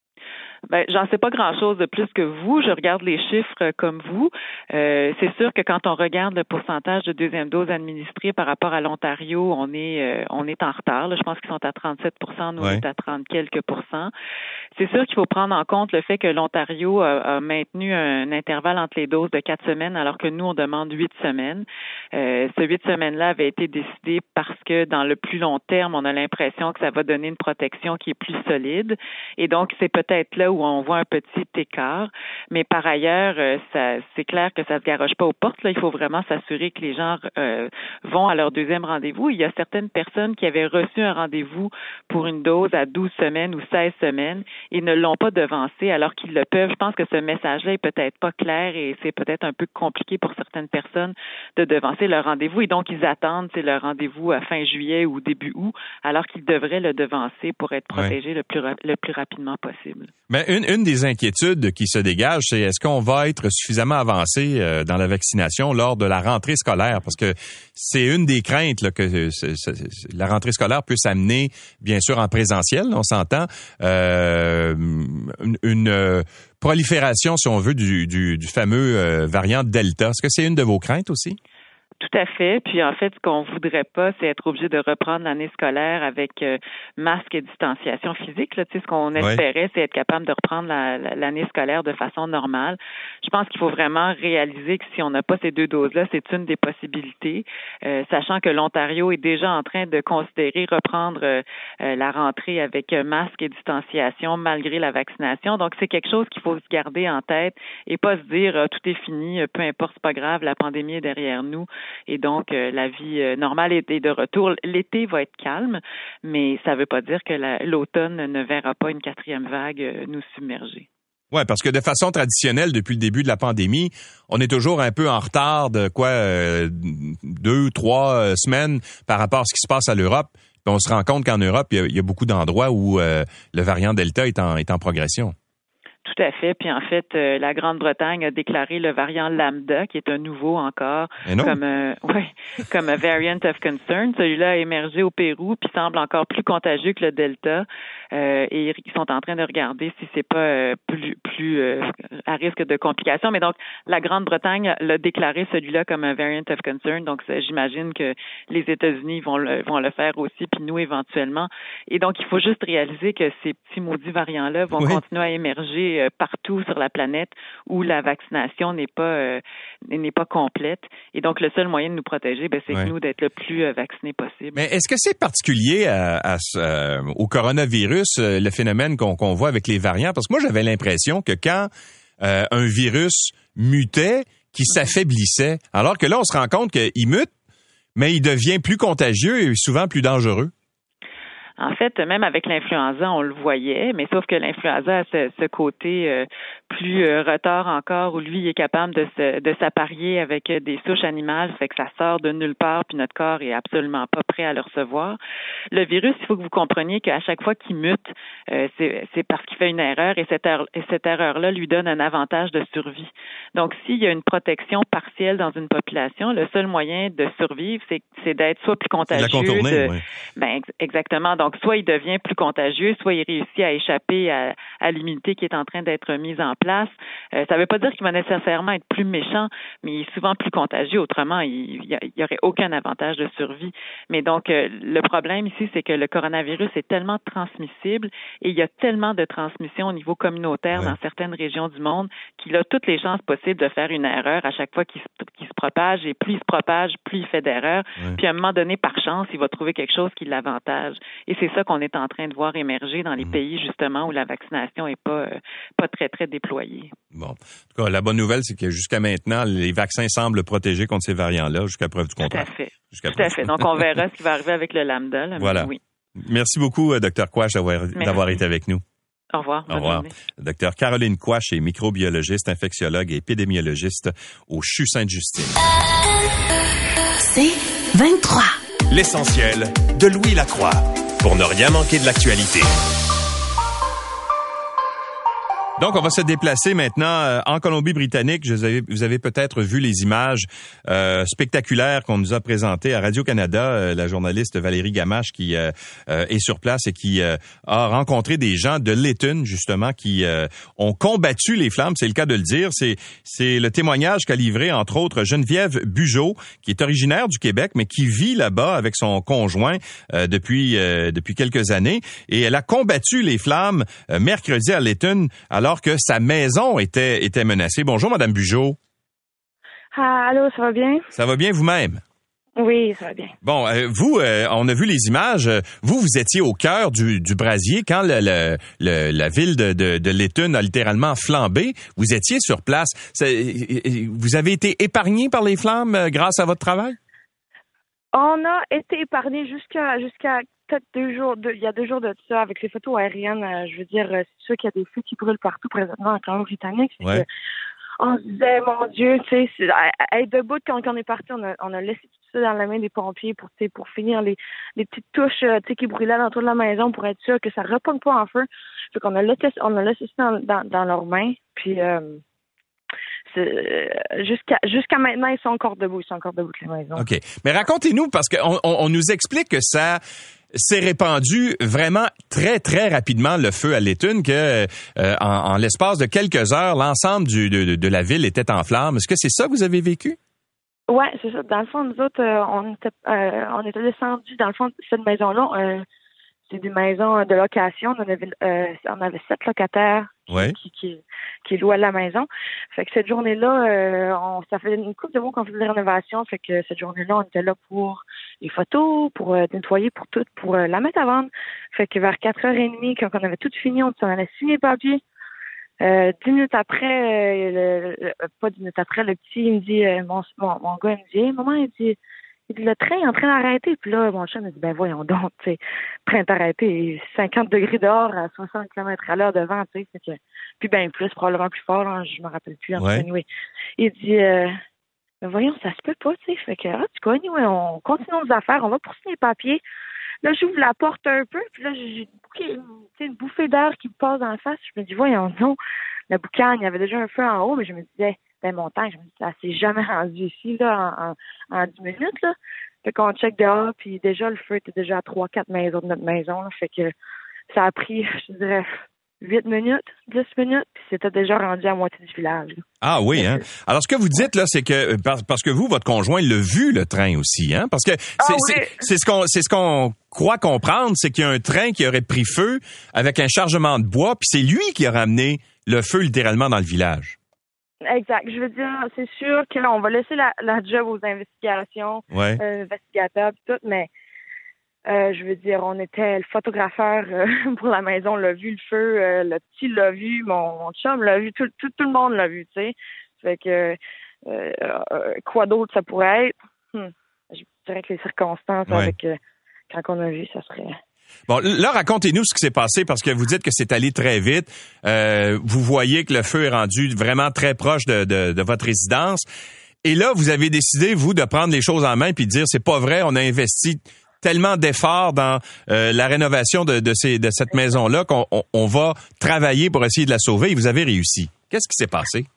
Ben, j'en sais pas grand-chose de plus que vous. Je regarde les chiffres comme vous. Euh, c'est sûr que quand on regarde le pourcentage de deuxième dose administrée par rapport à l'Ontario, on est euh, on est en retard. Là. Je pense qu'ils sont à trente-sept pour cent, nous ouais. on est à trente quelques pourcents. C'est sûr qu'il faut prendre en compte le fait que l'Ontario a, a maintenu un intervalle entre les doses de quatre semaines, alors que nous on demande huit semaines. Euh, ce huit semaines-là avait été décidé parce que dans le plus long terme, on a l'impression que ça va donner une protection qui est plus solide. Et donc c'est peut-être là où on voit un petit écart, mais par ailleurs, euh, ça, c'est clair que ça se garoche pas aux portes. Là, il faut vraiment s'assurer que les gens euh, vont à leur deuxième rendez-vous. Il y a certaines personnes qui avaient reçu un rendez-vous pour une dose à douze semaines ou seize semaines et ne l'ont pas devancé alors qu'ils le peuvent. Je pense que ce message-là est peut-être pas clair et c'est peut-être un peu compliqué pour certaines personnes de devancer leur rendez-vous et donc ils attendent c'est leur rendez-vous à fin juillet ou début août alors qu'ils devraient le devancer pour être protégés ouais. le plus ra- le plus rapidement possible. Mais une, une des inquiétudes qui se dégage, c'est est-ce qu'on va être suffisamment avancé euh, dans la vaccination lors de la rentrée scolaire? Parce que c'est une des craintes là, que c'est, c'est, la rentrée scolaire puisse amener, bien sûr, en présentiel, on s'entend, euh, une, une euh, prolifération, si on veut, du, du, du fameux euh, variant Delta. Est-ce que c'est une de vos craintes aussi? Tout à fait. Puis en fait, ce qu'on voudrait pas, c'est être obligé de reprendre l'année scolaire avec euh, masque et distanciation physique. Là, tu sais, ce qu'on espérait, ouais. c'est être capable de reprendre la, la, l'année scolaire de façon normale. Je pense qu'il faut vraiment réaliser que si on n'a pas ces deux doses-là, c'est une des possibilités, euh, sachant que l'Ontario est déjà en train de considérer reprendre euh, la rentrée avec masque et distanciation malgré la vaccination. Donc, c'est quelque chose qu'il faut se garder en tête et pas se dire euh, tout est fini, peu importe, c'est pas grave, la pandémie est derrière nous. Et donc, euh, la vie euh, normale est de retour. L'été va être calme, mais ça ne veut pas dire que la, l'automne ne verra pas une quatrième vague euh, nous submerger. Ouais, parce que de façon traditionnelle, depuis le début de la pandémie, on est toujours un peu en retard de quoi euh, deux, trois euh, semaines par rapport à ce qui se passe à l'Europe. Puis on se rend compte qu'en Europe, il y a, il y a beaucoup d'endroits où euh, le variant Delta est en, est en progression. Tout à fait. Puis en fait, euh, la Grande-Bretagne a déclaré le variant Lambda, qui est un nouveau encore, comme euh, ouais, comme un variant of concern. Celui-là a émergé au Pérou, puis semble encore plus contagieux que le Delta. Euh, et ils sont en train de regarder si c'est pas euh, plus plus euh, à risque de complications. Mais donc, la Grande-Bretagne l'a déclaré celui-là comme un variant of concern. Donc, j'imagine que les États-Unis vont le vont le faire aussi, puis nous éventuellement. Et donc, il faut juste réaliser que ces petits maudits variants-là vont oui. continuer à émerger partout sur la planète où la vaccination n'est pas euh, n'est pas complète. Et donc, le seul moyen de nous protéger, ben, c'est ouais. nous d'être le plus euh, vaccinés possible. Mais est-ce que c'est particulier à, à, à, au coronavirus, euh, le phénomène qu'on, qu'on voit avec les variants? Parce que moi, j'avais l'impression que quand euh, un virus mutait, qu'il s'affaiblissait, alors que là, on se rend compte qu'il mute, mais il devient plus contagieux et souvent plus dangereux. En fait, même avec l'influenza, on le voyait, mais sauf que l'influenza a ce, ce côté euh, plus euh, retors encore, où lui il est capable de se de s'apparier avec des souches animales, fait que ça sort de nulle part, puis notre corps est absolument pas prêt à le recevoir. Le virus, il faut que vous compreniez qu'à chaque fois qu'il mute, euh, c'est, c'est parce qu'il fait une erreur, et cette, erreur, et cette erreur-là lui donne un avantage de survie. Donc, s'il y a une protection partielle dans une population, le seul moyen de survivre, c'est, c'est d'être soit plus contagieux. C'est de la contourner, de, oui. Ben, exactement. Donc, soit il devient plus contagieux, soit il réussit à échapper à, à l'immunité qui est en train d'être mise en place. Euh, ça ne veut pas dire qu'il va nécessairement être plus méchant, mais il est souvent plus contagieux. Autrement, il n'y aurait aucun avantage de survie. Mais donc, euh, le problème ici, c'est que le coronavirus est tellement transmissible et il y a tellement de transmission au niveau communautaire ouais. dans certaines régions du monde qu'il a toutes les chances possibles de faire une erreur à chaque fois qu'il se, qu'il se propage. Et plus il se propage, plus il fait d'erreurs. Ouais. Puis à un moment donné, par chance, il va trouver quelque chose qui l'avantage. Et c'est ça qu'on est en train de voir émerger dans les mmh. pays, justement, où la vaccination n'est pas, euh, pas très, très déployée. Bon. En tout cas, la bonne nouvelle, c'est que jusqu'à maintenant, les vaccins semblent protéger contre ces variants-là, jusqu'à preuve du contraire. Tout à fait. Jusqu'à Tout à fait. Donc, on verra ce qui va arriver avec le lambda. Là, voilà. Oui. Merci beaucoup, Dr Quach, d'avoir, d'avoir été avec nous. Au revoir. Au revoir. Docteur Caroline Quach est microbiologiste, infectiologue et épidémiologiste au C H U Sainte-Justine. C'est vingt-trois. L'essentiel de Louis Lacroix, pour ne rien manquer de l'actualité. Donc, on va se déplacer maintenant euh, en Colombie-Britannique. Vous avez, vous avez peut-être vu les images euh, spectaculaires qu'on nous a présentées à Radio-Canada. Euh, la journaliste Valérie Gamache qui euh, euh, est sur place et qui euh, a rencontré des gens de Lytton, justement, qui euh, ont combattu les flammes. C'est le cas de le dire. C'est, c'est le témoignage qu'a livré, entre autres, Geneviève Bugeaud, qui est originaire du Québec, mais qui vit là-bas avec son conjoint euh, depuis euh, depuis quelques années. Et elle a combattu les flammes euh, mercredi à Lytton, alors alors que sa maison était était menacée. Bonjour, Madame Bugeaud. Ah, allô, ça va bien? Ça va bien vous-même? Oui, ça va bien. Bon, euh, vous, euh, on a vu les images. Vous, vous étiez au cœur du, du brasier quand le, le, le, la ville de, de, de Lytton a littéralement flambé. Vous étiez sur place. C'est, vous avez été épargné par les flammes euh, grâce à votre travail? On a été épargné jusqu'à jusqu'à peut-être deux jours, deux, il y a deux jours de ça, avec les photos aériennes. Euh, je veux dire, euh, c'est sûr qu'il y a des feux qui brûlent partout présentement en Colombie-Britannique. C'est ouais. que, on se disait, mon Dieu, tu sais, être debout quand, quand on est parti, on a, on a laissé tout ça dans la main des pompiers pour, tu sais, pour finir les, les petites touches, tu sais, qui brûlaient autour de la maison pour être sûr que ça repogne pas en feu. Fait qu'on a laissé, on a laissé ça dans, dans, dans leurs mains. Puis, euh, Jusqu'à, jusqu'à maintenant, ils sont encore debout. Ils sont encore debout, les maisons. OK. Mais racontez-nous, parce qu'on on, on nous explique que ça s'est répandu vraiment très, très rapidement, le feu à Lytton, que euh, en, en l'espace de quelques heures, l'ensemble du, de, de la ville était en flammes. Est-ce que c'est ça que vous avez vécu? Oui, c'est ça. Dans le fond, nous autres, euh, on était euh, on était descendus, dans le fond, cette maison-là, euh, c'est des maisons de location. On avait, euh, on avait sept locataires ouais. qui, qui, qui louaient la maison. Fait que cette journée-là, euh, on, ça fait une couple de mois qu'on faisait des rénovations. Fait que cette journée-là, on était là pour les photos, pour euh, nettoyer, pour tout, pour euh, la mettre à vendre. Fait que vers quatre heures trente, quand on avait tout fini, on s'en allait signer les papiers. Euh, dix minutes après, euh, le, le, pas dix minutes après, le petit, il me dit, euh, mon, mon, mon gars, il me dit, hey, maman, il dit, il dit, le train est en train d'arrêter. Puis là, mon chum me dit, ben voyons donc, tu sais, le train est arrêté, cinquante degrés dehors à soixante kilomètres à l'heure devant, tu sais. Que... Puis ben plus, probablement plus fort, là, je me rappelle plus. En ouais. tout cas, oui. Il dit, euh, ben voyons, ça se peut pas, tu sais. Fait que, ah, tu connais, anyway, on continue nos affaires, on va poursuivre les papiers. Là, j'ouvre la porte un peu, puis là, j'ai une, une bouffée d'air qui me passe dans la face. Je me dis, voyons non, la boucane, il y avait déjà un feu en haut, mais je me disais, ben montagne, je me dis, ça s'est jamais rendu ici, là, en, en, en dix minutes, là. Fait qu'on check dehors, puis déjà, le feu était déjà à trois, quatre maisons de notre maison, là. Fait que ça a pris, je dirais, huit minutes, dix minutes, puis c'était déjà rendu à moitié du village, là. Ah oui, hein. Alors, ce que vous dites, là, c'est que, parce que vous, votre conjoint l'a vu, le train aussi, hein. Parce que c'est, ah, oui. c'est, c'est ce qu'on, c'est ce qu'on croit comprendre, c'est qu'il y a un train qui aurait pris feu avec un chargement de bois, puis c'est lui qui a ramené le feu littéralement dans le village. Exact. Je veux dire, c'est sûr que là, on va laisser la, la job aux investigations, ouais. euh, investigateurs et tout, mais euh, je veux dire, on était le photographeur euh, pour la maison, l'a vu le feu, euh, le petit l'a vu, mon, mon chum l'a vu, tout, tout, tout le monde l'a vu, tu sais. Fait que euh, euh, quoi d'autre ça pourrait être? Hmm. Je dirais que les circonstances ouais. avec euh, quand on a vu, ça serait. Bon, là, racontez-nous ce qui s'est passé parce que vous dites que c'est allé très vite. Euh, vous voyez que le feu est rendu vraiment très proche de, de, de votre résidence. Et là, vous avez décidé, vous, de prendre les choses en main puis de dire, c'est pas vrai, on a investi tellement d'efforts dans euh, la rénovation de, de, ces, de cette maison-là qu'on on, on va travailler pour essayer de la sauver. Et vous avez réussi. Qu'est-ce qui s'est passé?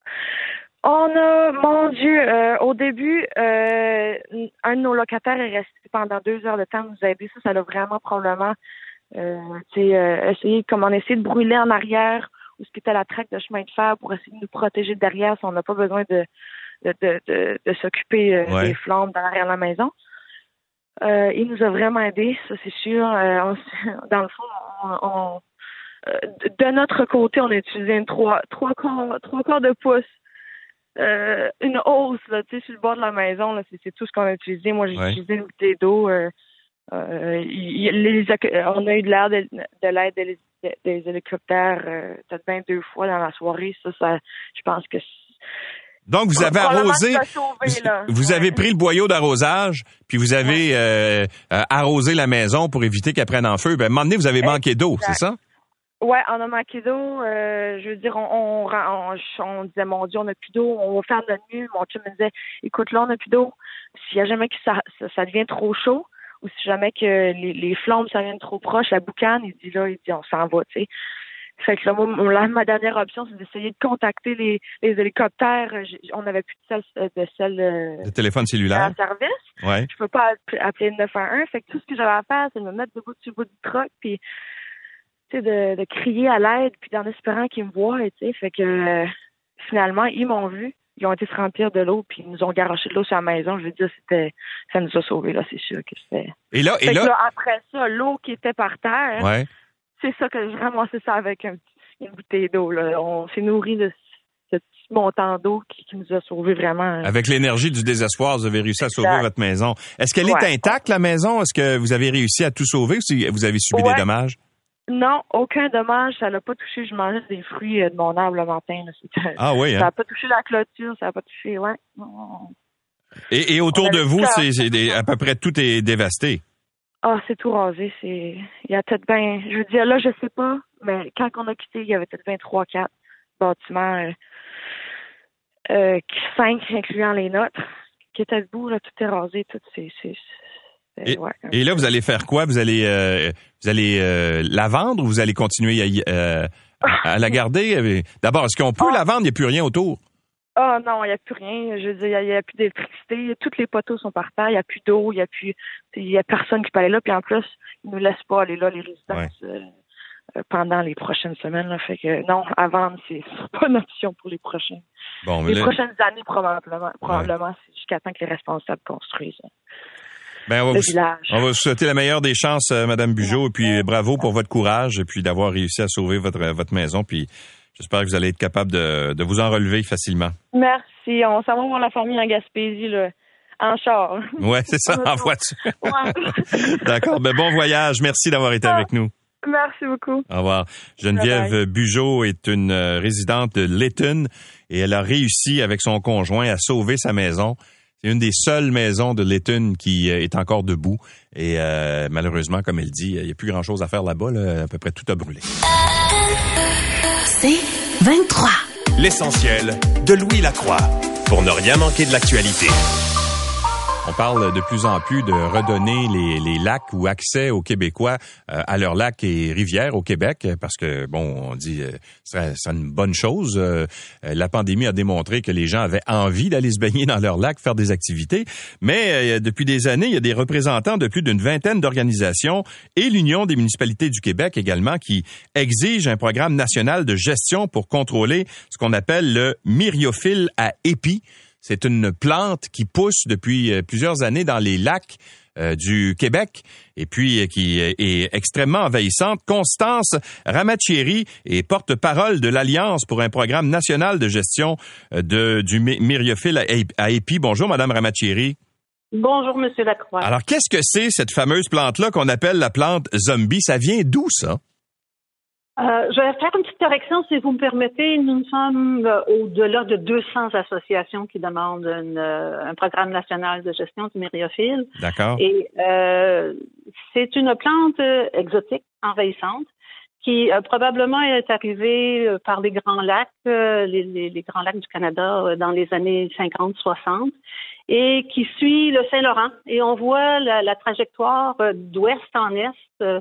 On a, mon Dieu, euh, au début, euh, un de nos locataires est resté pendant deux heures de temps nous aider. Ça, ça l'a vraiment probablement, euh, tu sais, euh, essayé, comme on a essayé de brûler en arrière où ce qui était la traque de chemin de fer pour essayer de nous protéger derrière si on n'a pas besoin de de, de, de, de s'occuper euh, ouais. des flammes dans l'arrière de la maison. Euh, il nous a vraiment aidés, ça c'est sûr. Euh, on, dans le fond, on, on euh, de notre côté, on a utilisé une trois, trois quarts, trois quarts de pouce. Euh, une hausse là, tu sais, sur le bord de la maison, là, c'est, c'est tout ce qu'on a utilisé. Moi, j'ai ouais. utilisé une bouteille d'eau. Euh, euh, y, y, les, on a eu de l'air de, de l'aide des, des hélicoptères euh, peut-être bien deux fois dans la soirée. Ça, ça je pense que donc vous avez arrosé, sauvé, vous, vous ouais. avez pris le boyau d'arrosage, puis vous avez ouais. euh, euh, arrosé la maison pour éviter qu'elle prenne en feu. Ben, à un moment donné, vous avez manqué d'eau, c'est ça? Ouais, on a manqué d'eau. Euh, je veux dire, on, on, on, on disait, mon Dieu, on n'a plus d'eau, on va faire de notre mieux. Mon chum me disait, écoute, là, on n'a plus d'eau. S'il y a jamais que ça, ça, ça devient trop chaud, ou si jamais que les, les flammes, ça vient trop proche, la boucane, il dit là, il dit, on s'en va, tu sais. Fait que là, moi, là, ma dernière option, c'est d'essayer de contacter les, les hélicoptères. J'ai, on n'avait plus de sel, de sel de téléphone cellulaire. En service. Ouais. Je peux pas appeler le neuf un un. Fait que tout ce que j'avais à faire, c'est de me mettre debout sur le bout du truck, puis De, de crier à l'aide, puis en espérant qu'ils me voient, tu sais. Fait que euh, finalement, ils m'ont vu, ils ont été se remplir de l'eau, puis ils nous ont garoché de l'eau sur la maison. Je veux dire, c'était, ça nous a sauvés, là, c'est sûr que c'était. Et là, fait et là... Que là, après ça, l'eau qui était par terre, ouais. c'est ça que j'ai ramassé ça avec un, une bouteille d'eau, là. On s'est nourri de ce petit montant d'eau qui, qui nous a sauvés vraiment. Avec l'énergie du désespoir, vous avez réussi à sauver exact. Votre maison. Est-ce qu'elle ouais. est intacte, la maison? Est-ce que vous avez réussi à tout sauver ou si vous avez subi ouais. des dommages? Non, aucun dommage. Ça l'a pas touché. Je mangeais des fruits de mon arbre le matin. Là. Ah oui, hein? Ça n'a pas touché la clôture. Ça n'a pas touché, ouais. Et, et autour de vous, c'est, c'est des, à peu près tout est dévasté. Ah, c'est tout rasé. C'est, il y a peut-être bien, je veux dire, là, je sais pas, mais quand on a quitté, il y avait peut-être vingt-trois, quatre bâtiments, euh, euh, cinq incluant les nôtres, qui étaient debout, là, tout est rasé, tout, c'est, c'est, Et, ouais, et là, vous allez faire quoi? Vous allez euh, vous allez euh, la vendre ou vous allez continuer à, euh, à, à la garder? D'abord, est-ce qu'on peut oh. la vendre? Il n'y a plus rien autour. Ah oh, non, il n'y a plus rien. Je veux dire, il n'y a, a plus d'électricité. Toutes les poteaux sont par terre. Il n'y a plus d'eau. Il n'y a plus, il y a personne qui peut aller là. Puis en plus, ils ne nous laissent pas aller là, les résidences, ouais. euh, pendant les prochaines semaines. Là. Fait que non, à vendre, c'est, c'est pas une option pour les prochaines. Bon, les là... prochaines années, probablement. Probablement, ouais. C'est jusqu'à temps que les responsables construisent. Ben, on, va vous, on va vous souhaiter la meilleure des chances, euh, Madame Bugeaud, et puis bravo pour votre courage, et puis d'avoir réussi à sauver votre votre maison, puis j'espère que vous allez être capable de, de vous en relever facilement. Merci. On s'en va voir la famille en Gaspésie, là, en char. Ouais, c'est ça, en voiture. Ouais. D'accord. Ben, bon voyage. Merci d'avoir été ah, avec nous. Merci beaucoup. Au revoir. Geneviève bye bye. Bugeaud est une euh, résidente de Lytton, et elle a réussi avec son conjoint à sauver sa maison. C'est une des seules maisons de Lytton qui est encore debout. Et euh, malheureusement, comme elle dit, il n'y a plus grand-chose à faire là-bas. Là. À peu près tout a brûlé. C'est vingt-trois. L'essentiel de Louis Lacroix. Pour ne rien manquer de l'actualité. On parle de plus en plus de redonner les, les lacs ou accès aux Québécois euh, à leurs lacs et rivières au Québec parce que, bon, on dit euh, c'est, c'est une bonne chose. Euh, la pandémie a démontré que les gens avaient envie d'aller se baigner dans leurs lacs, faire des activités. Mais euh, depuis des années, il y a des représentants de plus d'une vingtaine d'organisations et l'Union des municipalités du Québec également qui exigent un programme national de gestion pour contrôler ce qu'on appelle le myriophylle à épis. C'est une plante qui pousse depuis plusieurs années dans les lacs euh, du Québec et puis euh, qui est extrêmement envahissante. Constance Ramacchieri est porte-parole de l'Alliance pour un programme national de gestion de, du myriophylle à épis. Bonjour, Madame Ramacchieri. Bonjour, Monsieur Lacroix. Alors, qu'est-ce que c'est cette fameuse plante-là qu'on appelle la plante zombie? Ça vient d'où, ça? Euh, je vais faire une petite correction, si vous me permettez. Nous sommes euh, au-delà de deux cents associations qui demandent une, euh, un programme national de gestion du myriophylle. D'accord. Et euh, c'est une plante euh, exotique, envahissante, qui euh, probablement est arrivée euh, par les grands lacs, euh, les, les, les grands lacs du Canada euh, dans les années cinquante soixante, et qui suit le Saint-Laurent. Et on voit la, la trajectoire euh, d'ouest en est euh,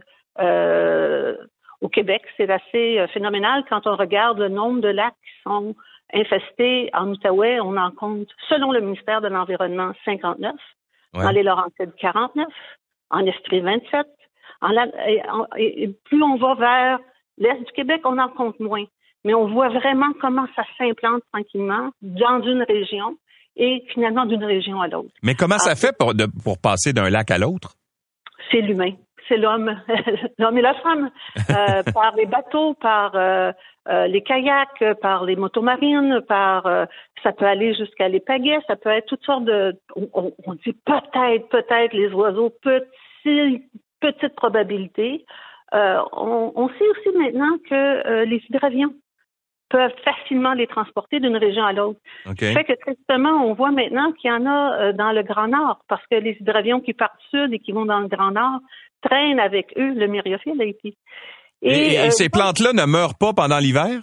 euh, au Québec. C'est assez euh, phénoménal quand on regarde le nombre de lacs qui sont infestés. En Outaouais, on en compte, selon le ministère de l'Environnement, cinquante-neuf. Ouais. Dans les Laurentides, quarante-neuf. En Estrie, vingt-sept. En la, et, en, et plus on va vers l'est du Québec, on en compte moins. Mais on voit vraiment comment ça s'implante tranquillement dans une région et finalement d'une région à l'autre. Mais comment ça fait pour, de, pour passer d'un lac à l'autre? C'est l'humain. C'est l'homme. L'homme et la femme. Euh, par les bateaux, par euh, euh, les kayaks, par les motomarines, par euh, ça peut aller jusqu'à les pagaies, ça peut être toutes sortes de... On, on dit peut-être, peut-être les oiseaux, petits... petite probabilité. Euh, on, on sait aussi maintenant que euh, les hydravions peuvent facilement les transporter d'une région à l'autre. Okay. Ça fait que tristement, on voit maintenant qu'il y en a euh, dans le Grand Nord, parce que les hydravions qui partent du sud et qui vont dans le Grand Nord traînent avec eux le myriophylle. Et, puis, et, et, et euh, ces plantes-là ne meurent pas pendant l'hiver?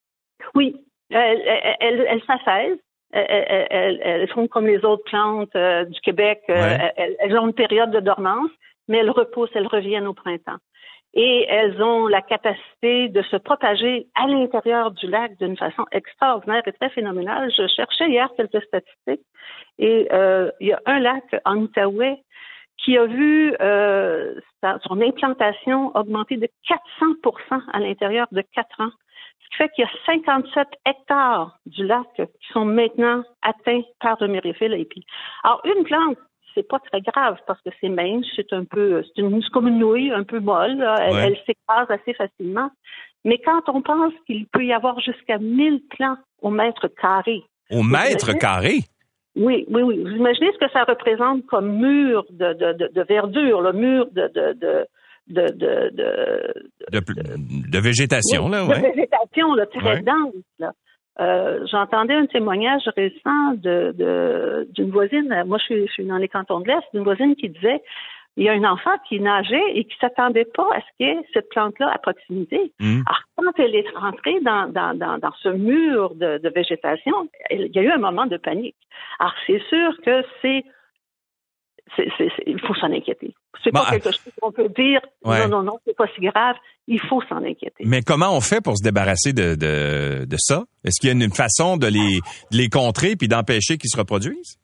Oui, elles, elles, elles, elles s'affaissent. Elles, elles, elles font comme les autres plantes euh, du Québec. Ouais. Euh, elles, elles ont une période de dormance, mais elles repoussent, elles reviennent au printemps. Et elles ont la capacité de se propager à l'intérieur du lac d'une façon extraordinaire et très phénoménale. Je cherchais hier quelques statistiques et euh, il y a un lac en Outaouais qui a vu euh, sa, son implantation augmenter de quatre cents pour cent à l'intérieur de quatre ans. Ce qui fait qu'il y a cinquante-sept hectares du lac qui sont maintenant atteints par le myriophylle épi. Alors, une plante, c'est pas très grave parce que c'est mince, c'est un peu, c'est, une, c'est comme une nouille un peu molle, là. Elle, ouais. elle s'écrase assez facilement. Mais quand on pense qu'il peut y avoir jusqu'à mille plants au mètre carré. Au mètre carré? Oui, oui, oui. Vous imaginez ce que ça représente comme mur de, de, de, de verdure, le mur de, de, de De, de, de, de, de, de végétation, oui, là, ouais. De végétation, là, très ouais. dense, là. Euh, j'entendais un témoignage récent de, de d'une voisine, moi je suis, je suis dans les cantons de l'Est, d'une voisine qui disait il y a un enfant qui nageait et qui s'attendait pas à ce qu'il y ait cette plante-là à proximité. Mmh. Alors, quand elle est rentrée dans, dans, dans, dans ce mur de, de végétation, il y a eu un moment de panique. Alors, c'est sûr que c'est C'est, c'est, c'est, il faut s'en inquiéter. C'est bon, pas quelque chose qu'on peut dire, ouais. non, non, non, c'est pas si grave, il faut s'en inquiéter. Mais comment on fait pour se débarrasser de, de, de ça? Est-ce qu'il y a une façon de les, de les contrer puis d'empêcher qu'ils se reproduisent?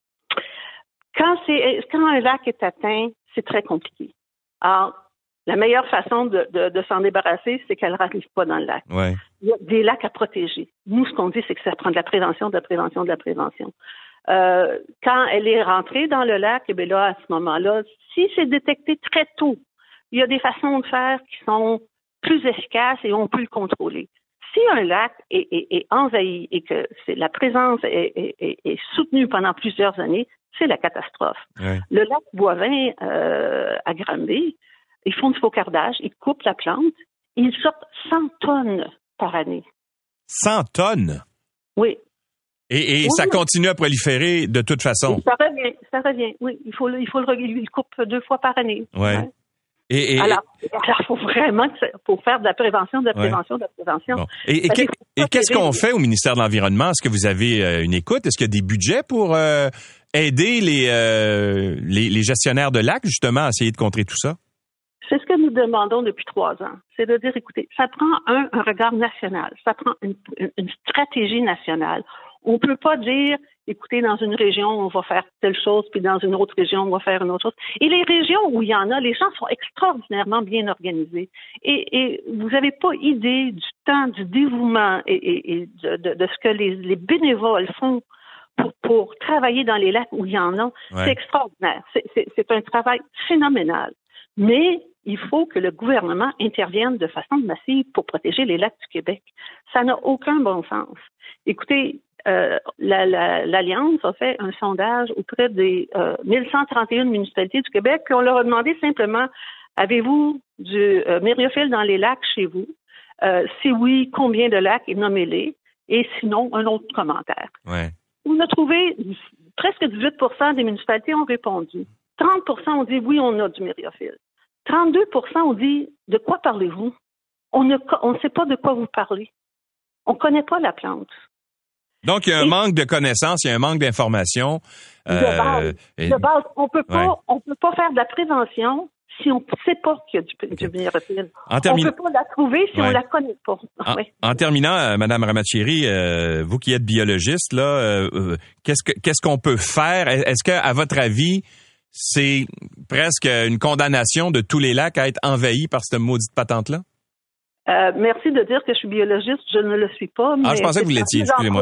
Quand, c'est, quand un lac est atteint, c'est très compliqué. Alors, la meilleure façon de, de, de s'en débarrasser, c'est qu'elle n'arrive pas dans le lac. Ouais. Il y a des lacs à protéger. Nous, ce qu'on dit, c'est que ça prend de la prévention, de la prévention, de la prévention. Euh, quand elle est rentrée dans le lac, et bien là, à ce moment-là, si c'est détecté très tôt, il y a des façons de faire qui sont plus efficaces et on peut le contrôler. Si un lac est, est, est envahi et que c'est, la présence est, est, est soutenue pendant plusieurs années, c'est la catastrophe. Ouais. Le lac Boivin euh, à Granby, ils font du faucardage, ils coupent la plante, ils sortent cent tonnes par année. cent tonnes? Oui. Et, et oui, ça oui. continue à proliférer de toute façon. Ça revient, ça revient. Oui, il faut, il faut le, il coupe deux fois par année. Ouais. ouais. Et, et alors, alors, faut vraiment, faut faire de la prévention, de la prévention, ouais. de la prévention. Bon. Et, et, que, et qu'est-ce qu'on fait au ministère de l'Environnement? Est-ce que vous avez euh, une écoute? Est-ce qu'il y a des budgets pour euh, aider les, euh, les, les gestionnaires de lacs justement à essayer de contrer tout ça? C'est ce que nous demandons depuis trois ans. C'est de dire, écoutez, ça prend un, un regard national, ça prend une, une stratégie nationale. On ne peut pas dire, écoutez, dans une région, on va faire telle chose, puis dans une autre région, on va faire une autre chose. Et les régions où il y en a, les gens sont extraordinairement bien organisés. Et, et vous n'avez pas idée du temps, du dévouement et, et, et de, de, de ce que les, les bénévoles font pour, pour travailler dans les lacs où il y en a. Ouais. C'est extraordinaire. C'est, c'est, c'est un travail phénoménal. Mais il faut que le gouvernement intervienne de façon massive pour protéger les lacs du Québec. Ça n'a aucun bon sens. Écoutez, euh, la, la, l'Alliance a fait un sondage auprès des euh, mille cent trente et un municipalités du Québec, puis on leur a demandé simplement, avez-vous du euh, myriophylle dans les lacs chez vous? Euh, si oui, combien de lacs et nommez-les? Et sinon, un autre commentaire. Ouais. On a trouvé presque dix-huit pour cent des municipalités ont répondu. trente pour cent ont dit oui, on a du myriaphile. trente-deux pour cent ont dit de quoi parlez-vous? On ne on ne sait pas de quoi vous parlez. On ne connaît pas la plante. Donc, il y a un et, manque de connaissances, il y a un manque d'informations. De base. Euh, et, de base. On peut pas, ouais. on peut pas faire de la prévention si on ne sait pas qu'il y a du, du myriaphile. Termi... On ne peut pas la trouver si ouais. on ne la connaît pas. En, ouais. en terminant, euh, Mme Ramacheri, euh, vous qui êtes biologiste, là, euh, qu'est-ce que qu'est-ce qu'on peut faire? Est-ce que, à votre avis, c'est presque une condamnation de tous les lacs à être envahis par cette maudite patente-là? Euh, merci de dire que je suis biologiste. Je ne le suis pas. Mais ah, je pensais que vous l'étiez, excusez-moi.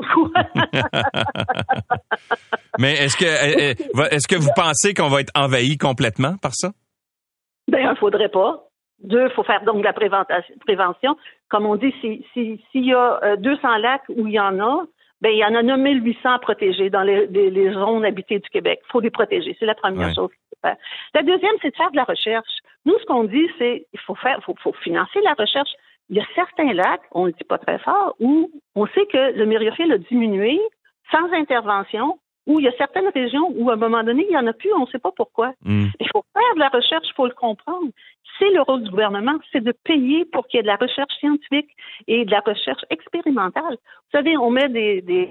Mais est-ce que est-ce que vous pensez qu'on va être envahi complètement par ça? Ben, il ne faudrait pas. Deux, il faut faire donc de la prévention. Comme on dit, s'il si, si y a deux cents lacs où il y en a, ben il y en a neuf mille huit cents protégés dans les, les, les zones habitées du Québec. Il faut les protéger. C'est la première ouais. chose qu'il faut faire. La deuxième, c'est de faire de la recherche. Nous, ce qu'on dit, c'est il faut faire, faut, faut financer la recherche. Il y a certains lacs, on ne le dit pas très fort, où on sait que le myriaphile a diminué sans intervention, où il y a certaines régions où, à un moment donné, il n'y en a plus, on ne sait pas pourquoi. Mm. Il faut faire de la recherche, il faut le comprendre. C'est le rôle du gouvernement, c'est de payer pour qu'il y ait de la recherche scientifique et de la recherche expérimentale. Vous savez, on met des... des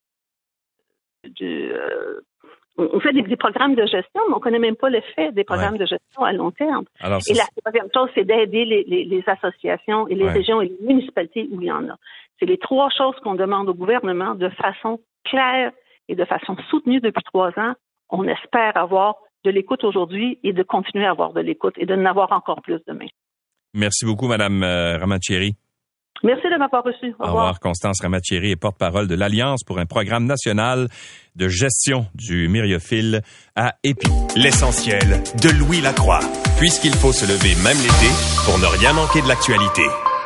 du, euh, on fait des, des programmes de gestion, mais on ne connaît même pas l'effet des programmes ouais. de gestion à long terme. Alors, et la troisième chose, c'est d'aider les, les, les associations et les ouais. régions et les municipalités où il y en a. C'est les trois choses qu'on demande au gouvernement de façon claire et de façon soutenue depuis trois ans. On espère avoir de l'écoute aujourd'hui et de continuer à avoir de l'écoute et de n'en avoir encore plus demain. Merci beaucoup, Mme Ramacheri. Merci de m'avoir reçu. Au revoir. Au revoir. Constance Ramacheri est porte-parole de l'Alliance pour un programme national de gestion du myriaphile à Épi. L'essentiel de Louis Lacroix, puisqu'il faut se lever même l'été pour ne rien manquer de l'actualité.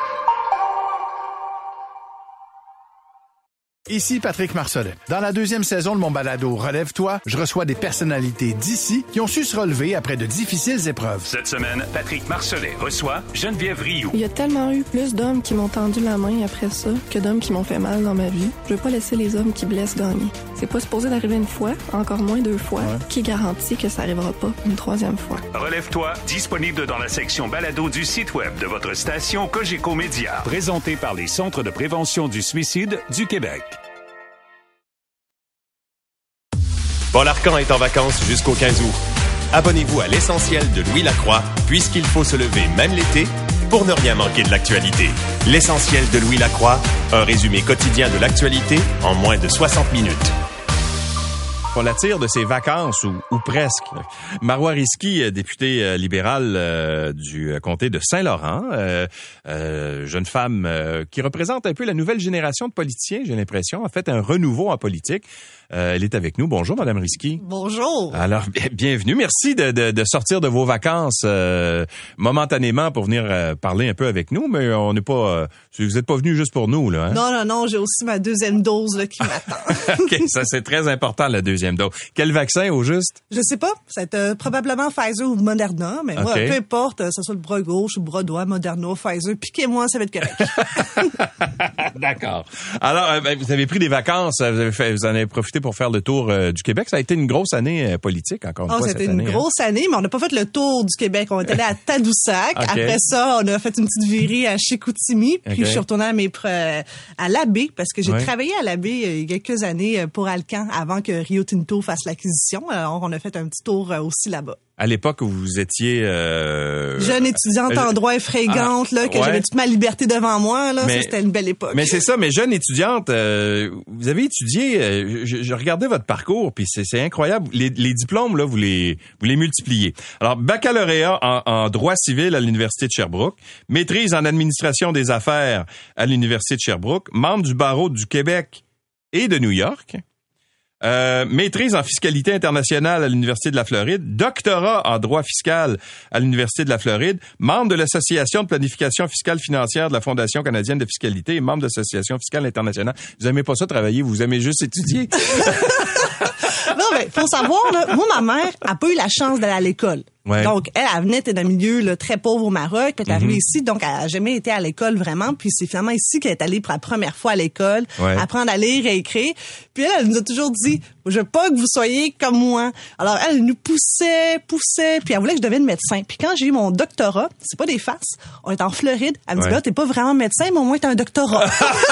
Ici Patrick Marcelet. Dans la deuxième saison de mon balado Relève-toi, je reçois des personnalités d'ici qui ont su se relever après de difficiles épreuves. Cette semaine, Patrick Marcelet reçoit Geneviève Rioux. Il y a tellement eu plus d'hommes qui m'ont tendu la main après ça que d'hommes qui m'ont fait mal dans ma vie. Je veux pas laisser les hommes qui blessent gagner. C'est pas supposé d'arriver une fois, encore moins deux fois. Ouais. Qui garantit que ça arrivera pas une troisième fois? Relève-toi, disponible dans la section balado du site web de votre station Cogeco Média. Présenté par les Centres de prévention du suicide du Québec. Paul Arcan est en vacances jusqu'au quinze août. Abonnez-vous à l'essentiel de Louis Lacroix, puisqu'il faut se lever même l'été pour ne rien manquer de l'actualité. L'essentiel de Louis Lacroix, un résumé quotidien de l'actualité en moins de soixante minutes. On l'attire de ses vacances, ou, ou presque. Marois Risky, député euh, libéral euh, du comté de Saint-Laurent, euh, euh, jeune femme euh, qui représente un peu la nouvelle génération de politiciens, j'ai l'impression, a fait un renouveau en politique. Euh, elle est avec nous. Bonjour, Madame Risky. Bonjour. Alors, bienvenue. Merci de, de, de sortir de vos vacances euh, momentanément pour venir euh, parler un peu avec nous, mais on n'est pas... Euh, vous n'êtes pas venu juste pour nous, là. Hein? Non, non, non, j'ai aussi ma deuxième dose là, qui m'attend. OK, ça c'est très important, la deuxième dose. Quel vaccin, au juste? Je sais pas. C'est euh, probablement Pfizer ou Moderna, mais okay. moi, peu importe, que ce soit le bras gauche ou le bras droit, Moderna, Pfizer, piquez-moi, ça va être correct. D'accord. Alors, euh, vous avez pris des vacances, vous, avez fait, vous en avez profité pour faire le tour euh, du Québec. Ça a été une grosse année euh, politique, encore une oh, fois, cette année. C'était une grosse hein. année, mais on n'a pas fait le tour du Québec. On est allé à Tadoussac. Okay. Après ça, on a fait une petite virée à Chicoutimi. Puis okay. je suis retournée à, mes, euh, à l'Abbé, parce que j'ai ouais. travaillé à l'Abbé euh, il y a quelques années pour Alcan, avant que Rio Tinto fasse l'acquisition. Alors, on a fait un petit tour euh, aussi là-bas. À l'époque où vous étiez... Euh... jeune étudiante euh, en droit effrayante, ah, là, que ouais. j'avais toute ma liberté devant moi, là, mais, ça, c'était une belle époque. Mais c'est ça, mais jeune étudiante, euh, vous avez étudié, euh, je, je regardais votre parcours, puis c'est, c'est incroyable. Les, les diplômes, là, vous les, vous les multipliez. Alors, baccalauréat en, en droit civil à l'Université de Sherbrooke, maîtrise en administration des affaires à l'Université de Sherbrooke, membre du barreau du Québec et de New York... Euh, maîtrise en fiscalité internationale à l'Université de la Floride, doctorat en droit fiscal à l'Université de la Floride, membre de l'Association de planification fiscale financière de la Fondation canadienne de fiscalité et membre de l'Association fiscale internationale. Vous aimez pas ça travailler, vous aimez juste étudier? Non, mais faut savoir, là, moi, ma mère a pas eu la chance d'aller à l'école. Ouais. Donc, elle, elle venait d'un milieu là, très pauvre au Maroc, puis elle est arrivée mm-hmm. ici, donc elle a jamais été à l'école vraiment, puis c'est finalement ici qu'elle est allée pour la première fois à l'école, ouais. apprendre à lire et écrire. Puis elle, elle nous a toujours dit, je veux pas que vous soyez comme moi. Alors, elle nous poussait, poussait, puis elle voulait que je devienne médecin. Puis quand j'ai eu mon doctorat, c'est pas des farces, on est en Floride, elle me dit, ouais. là, t'es pas vraiment médecin, mais au moins t'as un doctorat.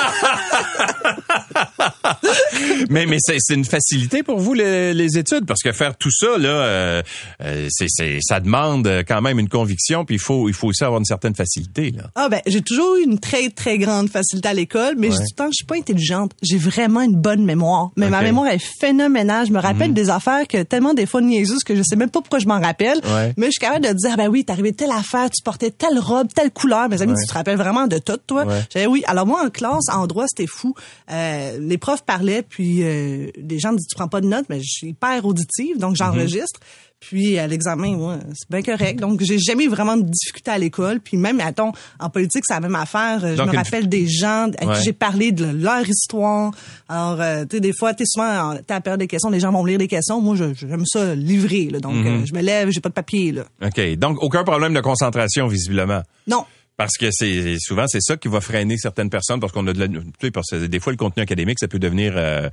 mais mais c'est, c'est une facilité pour vous, les, les études, parce que faire tout ça, là, euh, c'est, c'est, ça demande quand même une conviction, puis il faut, il faut aussi avoir une certaine facilité, là. Ah ben, j'ai toujours eu une très, très grande facilité à l'école, mais ouais. je dis tout le temps que je suis pas intelligente. J'ai vraiment une bonne mémoire. Mais okay. ma mémoire est phénoménale. Je me rappelle mm-hmm. des affaires que tellement des fois niaiseuses que je sais même pas pourquoi je m'en rappelle. Ouais. Mais je suis capable de dire, ah ben oui, t'es arrivé telle affaire, tu portais telle robe, telle couleur. Mes amis, ouais. tu te rappelles vraiment de tout, toi? Ouais. J'avais oui. Alors moi, en classe, en droit, c'était fou. Euh, les profs parlaient, puis euh, les gens me disent, tu prends pas de notes, mais je suis hyper auditive, donc j'enregistre. Mm-hmm. Puis à l'examen, ouais, c'est bien correct. Donc j'ai jamais eu vraiment de difficulté à l'école. Puis même, attends, en politique, c'est la même affaire. Je donc, me rappelle une... des gens à ouais. qui j'ai parlé de leur histoire. Alors, euh, tu sais, des fois, tu sais, souvent, t'es à la période des questions, les gens vont me lire des questions. Moi, je, j'aime ça livrer. Là. Donc, mm-hmm. euh, je me lève, j'ai pas de papier. Là. OK. Donc, aucun problème de concentration, visiblement. Non. Parce que c'est souvent c'est ça qui va freiner certaines personnes parce qu'on a de la, tu sais, parce que des fois le contenu académique ça peut devenir euh,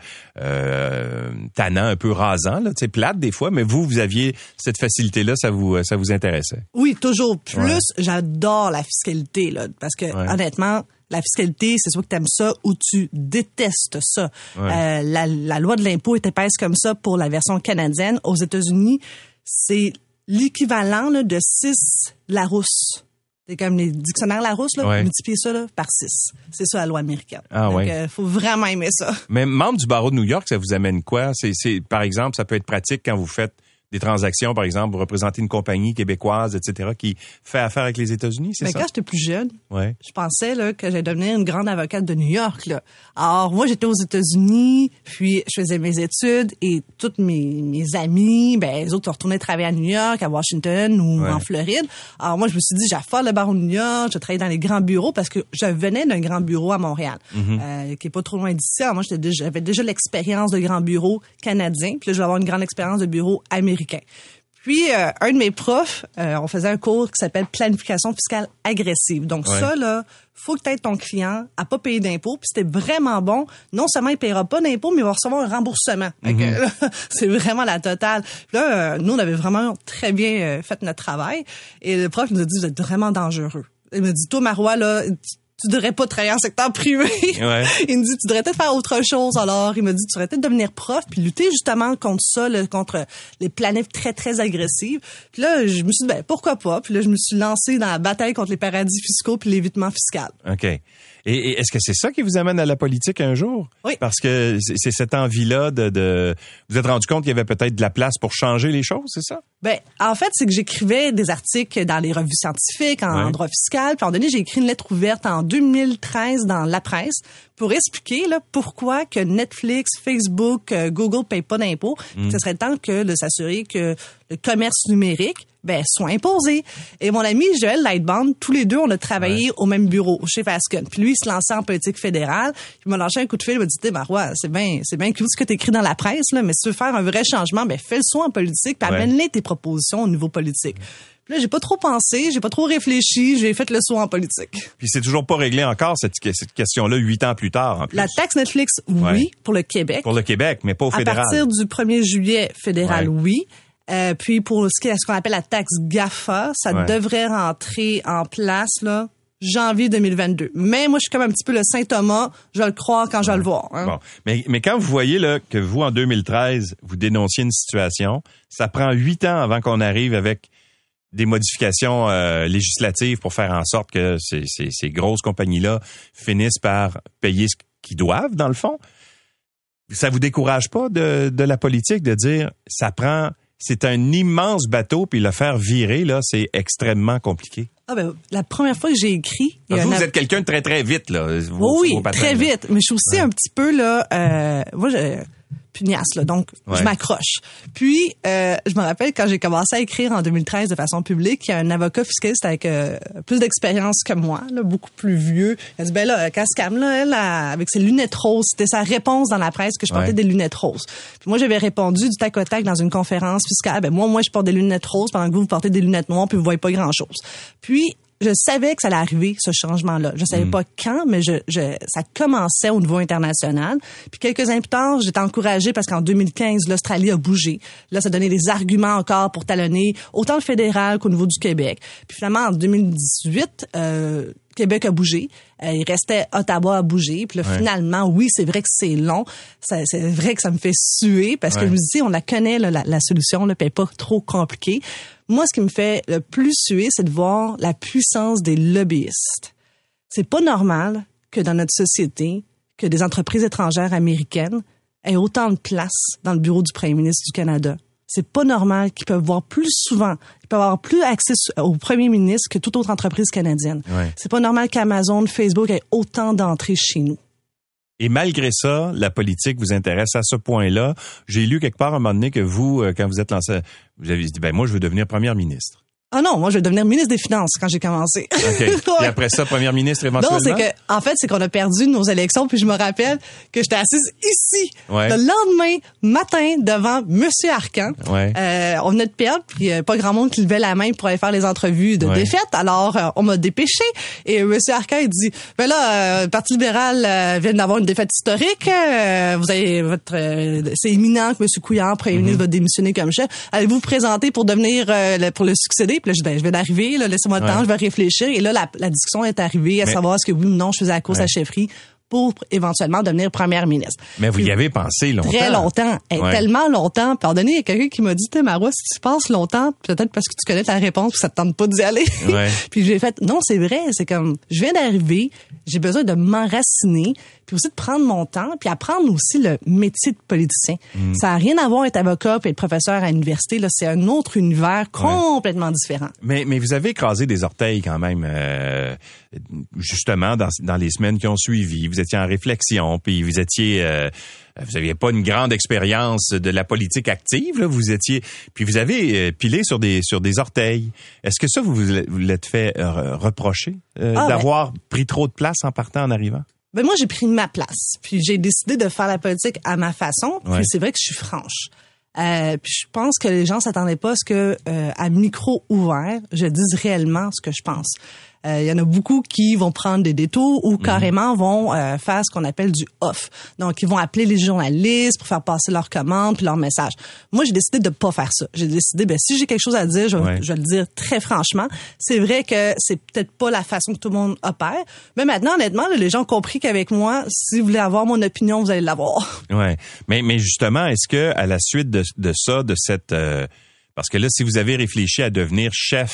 euh, tannant, un peu rasant là, tu sais, plate des fois, mais vous vous aviez cette facilité là, ça vous ça vous intéressait. Oui, toujours plus. Ouais. J'adore la fiscalité là, parce que ouais. honnêtement. La fiscalité, c'est soit que tu aimes ça ou tu détestes ça. Ouais. Euh, la, la loi de l'impôt est épaisse comme ça pour la version canadienne. Aux États-Unis, c'est l'équivalent là, de six Larousse. C'est comme les dictionnaires Larousse, là, ouais. multiplier ça là, par six. C'est ça la loi américaine. Ah, Donc, il ouais. euh, faut vraiment aimer ça. Mais membre du barreau de New York, ça vous amène quoi? C'est, c'est, par exemple, ça peut être pratique quand vous faites des transactions, par exemple, vous représentez une compagnie québécoise, et cetera, qui fait affaire avec les États-Unis, c'est Mais ça? Quand j'étais plus jeune, ouais. je pensais là, que j'allais devenir une grande avocate de New York. Là. Alors, moi, j'étais aux États-Unis, puis je faisais mes études et toutes mes, mes amis, ben, les autres retournaient travailler à New York, à Washington ou ouais. en Floride. Alors, moi, je me suis dit, j'ai faire le barreau de New York, je travaillais dans les grands bureaux parce que je venais d'un grand bureau à Montréal, mm-hmm. euh, qui est pas trop loin d'ici. Alors, moi, j'étais déjà, j'avais déjà l'expérience de grand bureau canadien, puis là, je vais avoir une grande expérience de bureau américain. Puis, euh, un de mes profs, euh, on faisait un cours qui s'appelle planification fiscale agressive. Donc, ouais. ça, là, faut que tu aides ton client à pas payer d'impôts. Puis, c'était vraiment bon. Non seulement il paiera pas d'impôts, mais il va recevoir un remboursement. Mm-hmm. Que, là, c'est vraiment la totale. Puis là, euh, nous, on avait vraiment très bien euh, fait notre travail. Et le prof nous a dit, vous êtes vraiment dangereux. Il m'a dit, toi, Marois, là, tu devrais pas travailler en secteur privé. Ouais. Il me dit, tu devrais peut-être faire autre chose. Alors, il me dit, tu devrais peut-être devenir prof puis lutter justement contre ça, là, contre les planifs très, très agressives. Puis là, je me suis dit, ben, pourquoi pas? Puis là, je me suis lancée dans la bataille contre les paradis fiscaux puis l'évitement fiscal. OK. Et, et est-ce que c'est ça qui vous amène à la politique un jour? Oui. Parce que c'est, c'est cette envie-là de, de... Vous êtes rendu compte qu'il y avait peut-être de la place pour changer les choses, c'est ça? Ben, en fait, c'est que j'écrivais des articles dans les revues scientifiques, en ouais. droit fiscal. Puis à un moment donné, j'ai écrit une lettre ouverte en deux mille treize dans La Presse pour expliquer là pourquoi que Netflix, Facebook, euh, Google ne payent pas d'impôts. Mm. Ce serait le temps que de s'assurer que le commerce numérique ben soit imposé. Et mon ami Joël Lightbound, tous les deux, on a travaillé ouais. au même bureau, chez Fasken. Puis lui, il se lançait en politique fédérale. Il m'a lâché un coup de fil, il m'a dit, Marois, c'est bien, c'est bien cool ce que t'écris dans la presse, là, mais si tu veux faire un vrai changement, ben fais le soin en politique, puis ouais. amène-les tes propositions au niveau politique. Puis là, j'ai pas trop pensé, j'ai pas trop réfléchi, j'ai fait le saut en politique. Puis c'est toujours pas réglé encore, cette, cette question-là, huit ans plus tard, en plus. La taxe Netflix, oui, ouais. pour le Québec. Pour le Québec, mais pas au fédéral. À partir du premier juillet, fédéral, ouais. oui. Euh, puis pour ce, qui est, ce qu'on appelle la taxe GAFA, ça ouais. devrait rentrer en place, là, janvier deux mille vingt-deux. Mais moi, je suis comme un petit peu le Saint Thomas, je vais le croire quand ouais. je vais le voir. Hein. Bon, mais, mais quand vous voyez là que vous, en deux mille treize, vous dénonciez une situation, ça prend huit ans avant qu'on arrive avec des modifications euh, législatives pour faire en sorte que ces, ces, ces grosses compagnies-là finissent par payer ce qu'ils doivent, dans le fond. Ça vous décourage pas de, de la politique de dire, ça prend... C'est un immense bateau, puis le faire virer, là, c'est extrêmement compliqué. Ah ben, la première fois que j'ai écrit... Vous, vous êtes quelqu'un de très, très vite, là. Vos, oui, vos très vite. Mais je suis aussi ouais. un petit peu, là... Euh, moi, je, pugnace, là. Donc, ouais. je m'accroche. Puis, euh, je me rappelle quand j'ai commencé à écrire en deux mille treize de façon publique, il y a un avocat fiscaliste avec euh, plus d'expérience que moi, là, beaucoup plus vieux. Il a dit, ben là, Cascam, là, elle, avec ses lunettes roses, c'était sa réponse dans la presse que je portais ouais. des lunettes roses. Puis moi, j'avais répondu du tac au tac dans une conférence fiscale, ben moi, moi, je porte des lunettes roses pendant que vous, vous portez des lunettes noires puis vous voyez pas grand-chose. Puis, je savais que ça allait arriver, ce changement-là. Je savais mmh. pas quand, mais je, je, ça commençait au niveau international. Puis quelques années plus tard, j'étais encouragée parce qu'en deux mille quinze, l'Australie a bougé. Là, ça donnait des arguments encore pour talonner autant le fédéral qu'au niveau du Québec. Puis finalement, en deux mille dix-huit, euh, Québec a bougé. Euh, il restait Ottawa à bouger. Puis là, ouais. finalement, oui, c'est vrai que c'est long. Ça, c'est vrai que ça me fait suer parce ouais. que je me dis, on la connaît, là, la, la solution, là, puis elle n'est pas trop compliquée. Moi, ce qui me fait le plus suer, c'est de voir la puissance des lobbyistes. C'est pas normal que dans notre société, que des entreprises étrangères américaines aient autant de place dans le bureau du premier ministre du Canada. C'est pas normal qu'ils peuvent voir plus souvent, ils peuvent avoir plus accès au premier ministre que toute autre entreprise canadienne. Ouais. C'est pas normal qu'Amazon, Facebook aient autant d'entrées chez nous. Et malgré ça, la politique vous intéresse à ce point-là. J'ai lu quelque part à un moment donné que vous, quand vous êtes lancé, vous avez dit, ben moi, je veux devenir première ministre. Ah non, moi, je vais devenir ministre des Finances quand j'ai commencé. OK. Et après ça, première ministre éventuellement? Non, c'est que, en fait, c'est qu'on a perdu nos élections, puis je me rappelle que j'étais assise ici, ouais. le lendemain matin, devant Monsieur Arcan. Ouais. Euh, on venait de perdre, puis euh, pas grand monde qui levait la main pour aller faire les entrevues de ouais. défaite. Alors, euh, on m'a dépêché. Et Monsieur Arcan, il dit, ben là, euh, le Parti libéral euh, vient d'avoir une défaite historique. Euh, vous avez votre, euh, c'est imminent que Monsieur Couillard, premier ministre, mm-hmm. va démissionner comme chef. Allez-vous vous présenter pour devenir, euh, le, pour le succéder? Puis là, je dis, ben, je vais d'arriver, là, laissez-moi le ouais. temps, je vais réfléchir. Et là, la, la discussion est arrivée à mais, savoir est-ce que oui ou non, je faisais la course ouais. à chefferie pour éventuellement devenir première ministre. Mais vous puis, y avez pensé longtemps. Très longtemps. Et ouais. tellement longtemps. Pardonnez, il y a quelqu'un qui m'a dit, Marois, si tu penses longtemps, peut-être parce que tu connais ta réponse puis ça te tente pas d'y aller. Ouais. Puis j'ai fait, non, c'est vrai, c'est comme, je viens d'arriver, j'ai besoin de m'enraciner, puis aussi de prendre mon temps, puis apprendre aussi le métier de politicien. Mm. Ça n'a rien à voir avec être avocat puis être professeur à l'université. Là, c'est un autre univers complètement ouais. différent. Mais, mais vous avez écrasé des orteils quand même, euh, justement, dans, dans les semaines qui ont suivi. Vous étiez en réflexion, puis vous étiez... Euh, vous n'aviez pas une grande expérience de la politique active, là. Vous étiez... Puis vous avez pilé sur des sur des orteils. Est-ce que ça, vous vous l'êtes fait euh, reprocher euh, ah, d'avoir ben... pris trop de place en partant, en arrivant? Ben moi, j'ai pris ma place. Puis j'ai décidé de faire la politique à ma façon. Puis ouais. c'est vrai que je suis franche. Euh, puis je pense que les gens s'attendaient pas à ce que, euh, à micro ouvert, je dise réellement ce que je pense. Il euh, y en a beaucoup qui vont prendre des détours ou carrément vont euh, faire ce qu'on appelle du off. Donc, ils vont appeler les journalistes pour faire passer leurs commandes puis leurs messages. Moi, j'ai décidé de pas faire ça. J'ai décidé, ben si j'ai quelque chose à dire, je, ouais. je vais le dire très franchement. C'est vrai que c'est peut-être pas la façon que tout le monde opère, mais maintenant, honnêtement, là, les gens ont compris qu'avec moi, si vous voulez avoir mon opinion, vous allez l'avoir. Ouais. Mais mais justement, est-ce que à la suite de, de ça, de cette, euh, parce que là, si vous avez réfléchi à devenir chef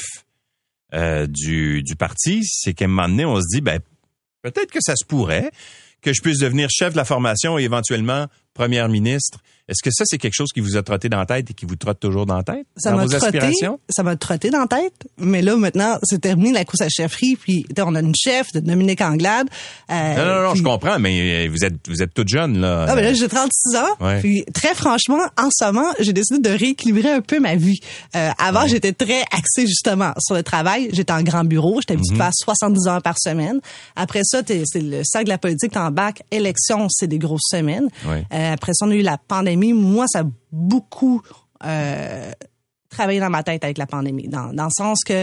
Euh, du, du parti, c'est qu'à un moment donné, on se dit, ben peut-être que ça se pourrait que je puisse devenir chef de la formation et éventuellement première ministre. Est-ce que ça, c'est quelque chose qui vous a trotté dans la tête et qui vous trotte toujours dans la tête? Ça dans m'a vos trotté, aspirations? Ça m'a trotté dans la tête, mais là, maintenant, c'est terminé la course à chefferie, puis on a une chef de Dominique Anglade. Euh, non, non, non, puis... je comprends, mais vous êtes vous êtes toute jeune, là. Ah, ben là, j'ai trente-six ans, ouais. Puis très franchement, en ce moment, j'ai décidé de rééquilibrer un peu ma vie. Euh, avant, ouais. j'étais très axée, justement, sur le travail. J'étais en grand bureau, j'étais habituée mm-hmm. à faire soixante-dix heures par semaine. Après ça, t'es, c'est le sac de la politique, t'es en bac, élection, c'est des grosses semaines. Ouais. Euh, après ça, on a eu la pandémie. Moi, ça a beaucoup euh, travaillé dans ma tête avec la pandémie, dans, dans le sens que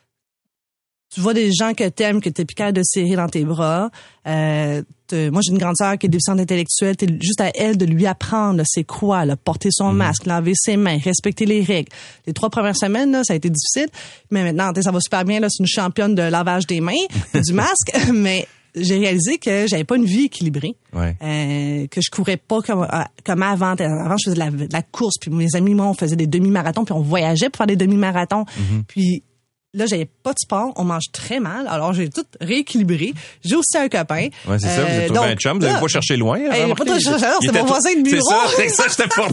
tu vois des gens que t'aimes, que t'es plus capable de serrer dans tes bras. Euh, moi, j'ai une grande sœur qui est déficiente intellectuelle. T'es juste à elle de lui apprendre là, c'est quoi, là, porter son mmh. masque, laver ses mains, respecter les règles. Les trois premières semaines, là, ça a été difficile. Mais maintenant, ça va super bien. Là, c'est une championne de lavage des mains, du masque. Mais j'ai réalisé que j'avais pas une vie équilibrée, ouais. euh, que je courais pas comme comme avant. Avant, je faisais de la, de la course, puis mes amis, moi, on faisait des demi-marathons, puis on voyageait pour faire des demi-marathons. Mm-hmm. Puis là, j'avais pas de sport, on mange très mal, alors j'ai tout rééquilibré. J'ai aussi un copain. Ouais, c'est euh, ça, vous êtes trouvé un chum, vous n'avez pas cherché loin. Hey, il pas trop cherché, c'est mon voisin de bureau. C'est ça, c'est ça, je t'ai pour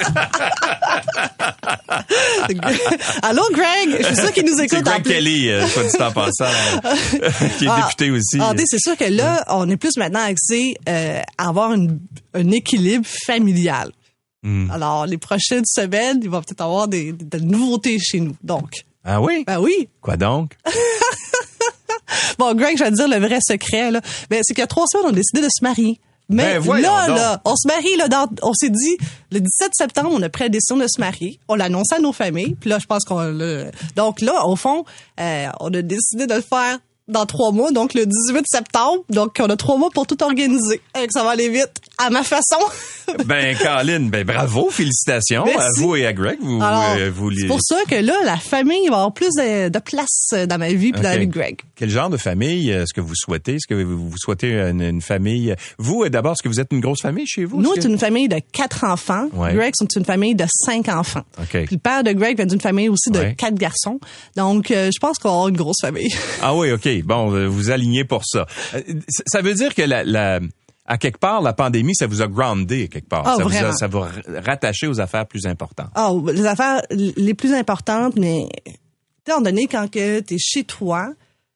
dire. Allô, Greg, je suis sûr qu'il nous écoute. C'est Greg Kelly, euh, soit dit en passant, qui est ah, député aussi. Ah, c'est sûr que là, on est plus maintenant axé euh, à avoir une, un équilibre familial. Mm. Alors, les prochaines semaines, il va peut-être avoir des, des, des nouveautés chez nous. Donc. Ah oui? Ben oui. Quoi donc? Bon, Greg, je vais te dire le vrai secret, là. Ben, c'est qu'il y a trois semaines, on a décidé de se marier. Mais ben, là, donc. là, on se marie, là, dans, on s'est dit, le dix-sept septembre, on a pris la décision de se marier. On l'a annoncé à nos familles. Puis là, je pense qu'on l'a... Donc là, au fond, euh, on a décidé de le faire dans trois mois, donc le dix-huit septembre. Donc, on a trois mois pour tout organiser. Et que ça va aller vite, à ma façon. Ben, Caroline, ben bravo, félicitations Merci. à vous et à Greg. Vous, Alors, euh, vous c'est pour ça que là, la famille va avoir plus de, de place dans ma vie puis okay. dans la vie de Greg. Quel genre de famille est-ce que vous souhaitez? Est-ce que vous souhaitez une, une famille? Vous, d'abord, est-ce que vous êtes une grosse famille chez vous? Nous, c'est que... une famille de quatre enfants. Ouais. Greg, c'est une famille de cinq enfants. Okay. Puis le père de Greg vient d'une famille aussi de ouais. quatre garçons. Donc, euh, je pense qu'on va avoir une grosse famille. Ah oui, OK. Bon, vous alignez pour ça. Ça veut dire que la... la... À quelque part, la pandémie, ça vous a groundé quelque part. Oh, ça, vous vraiment. a, ça vous rattaché aux affaires plus importantes. Ah, oh, les affaires les plus importantes, mais étant donné quand que t'es chez toi,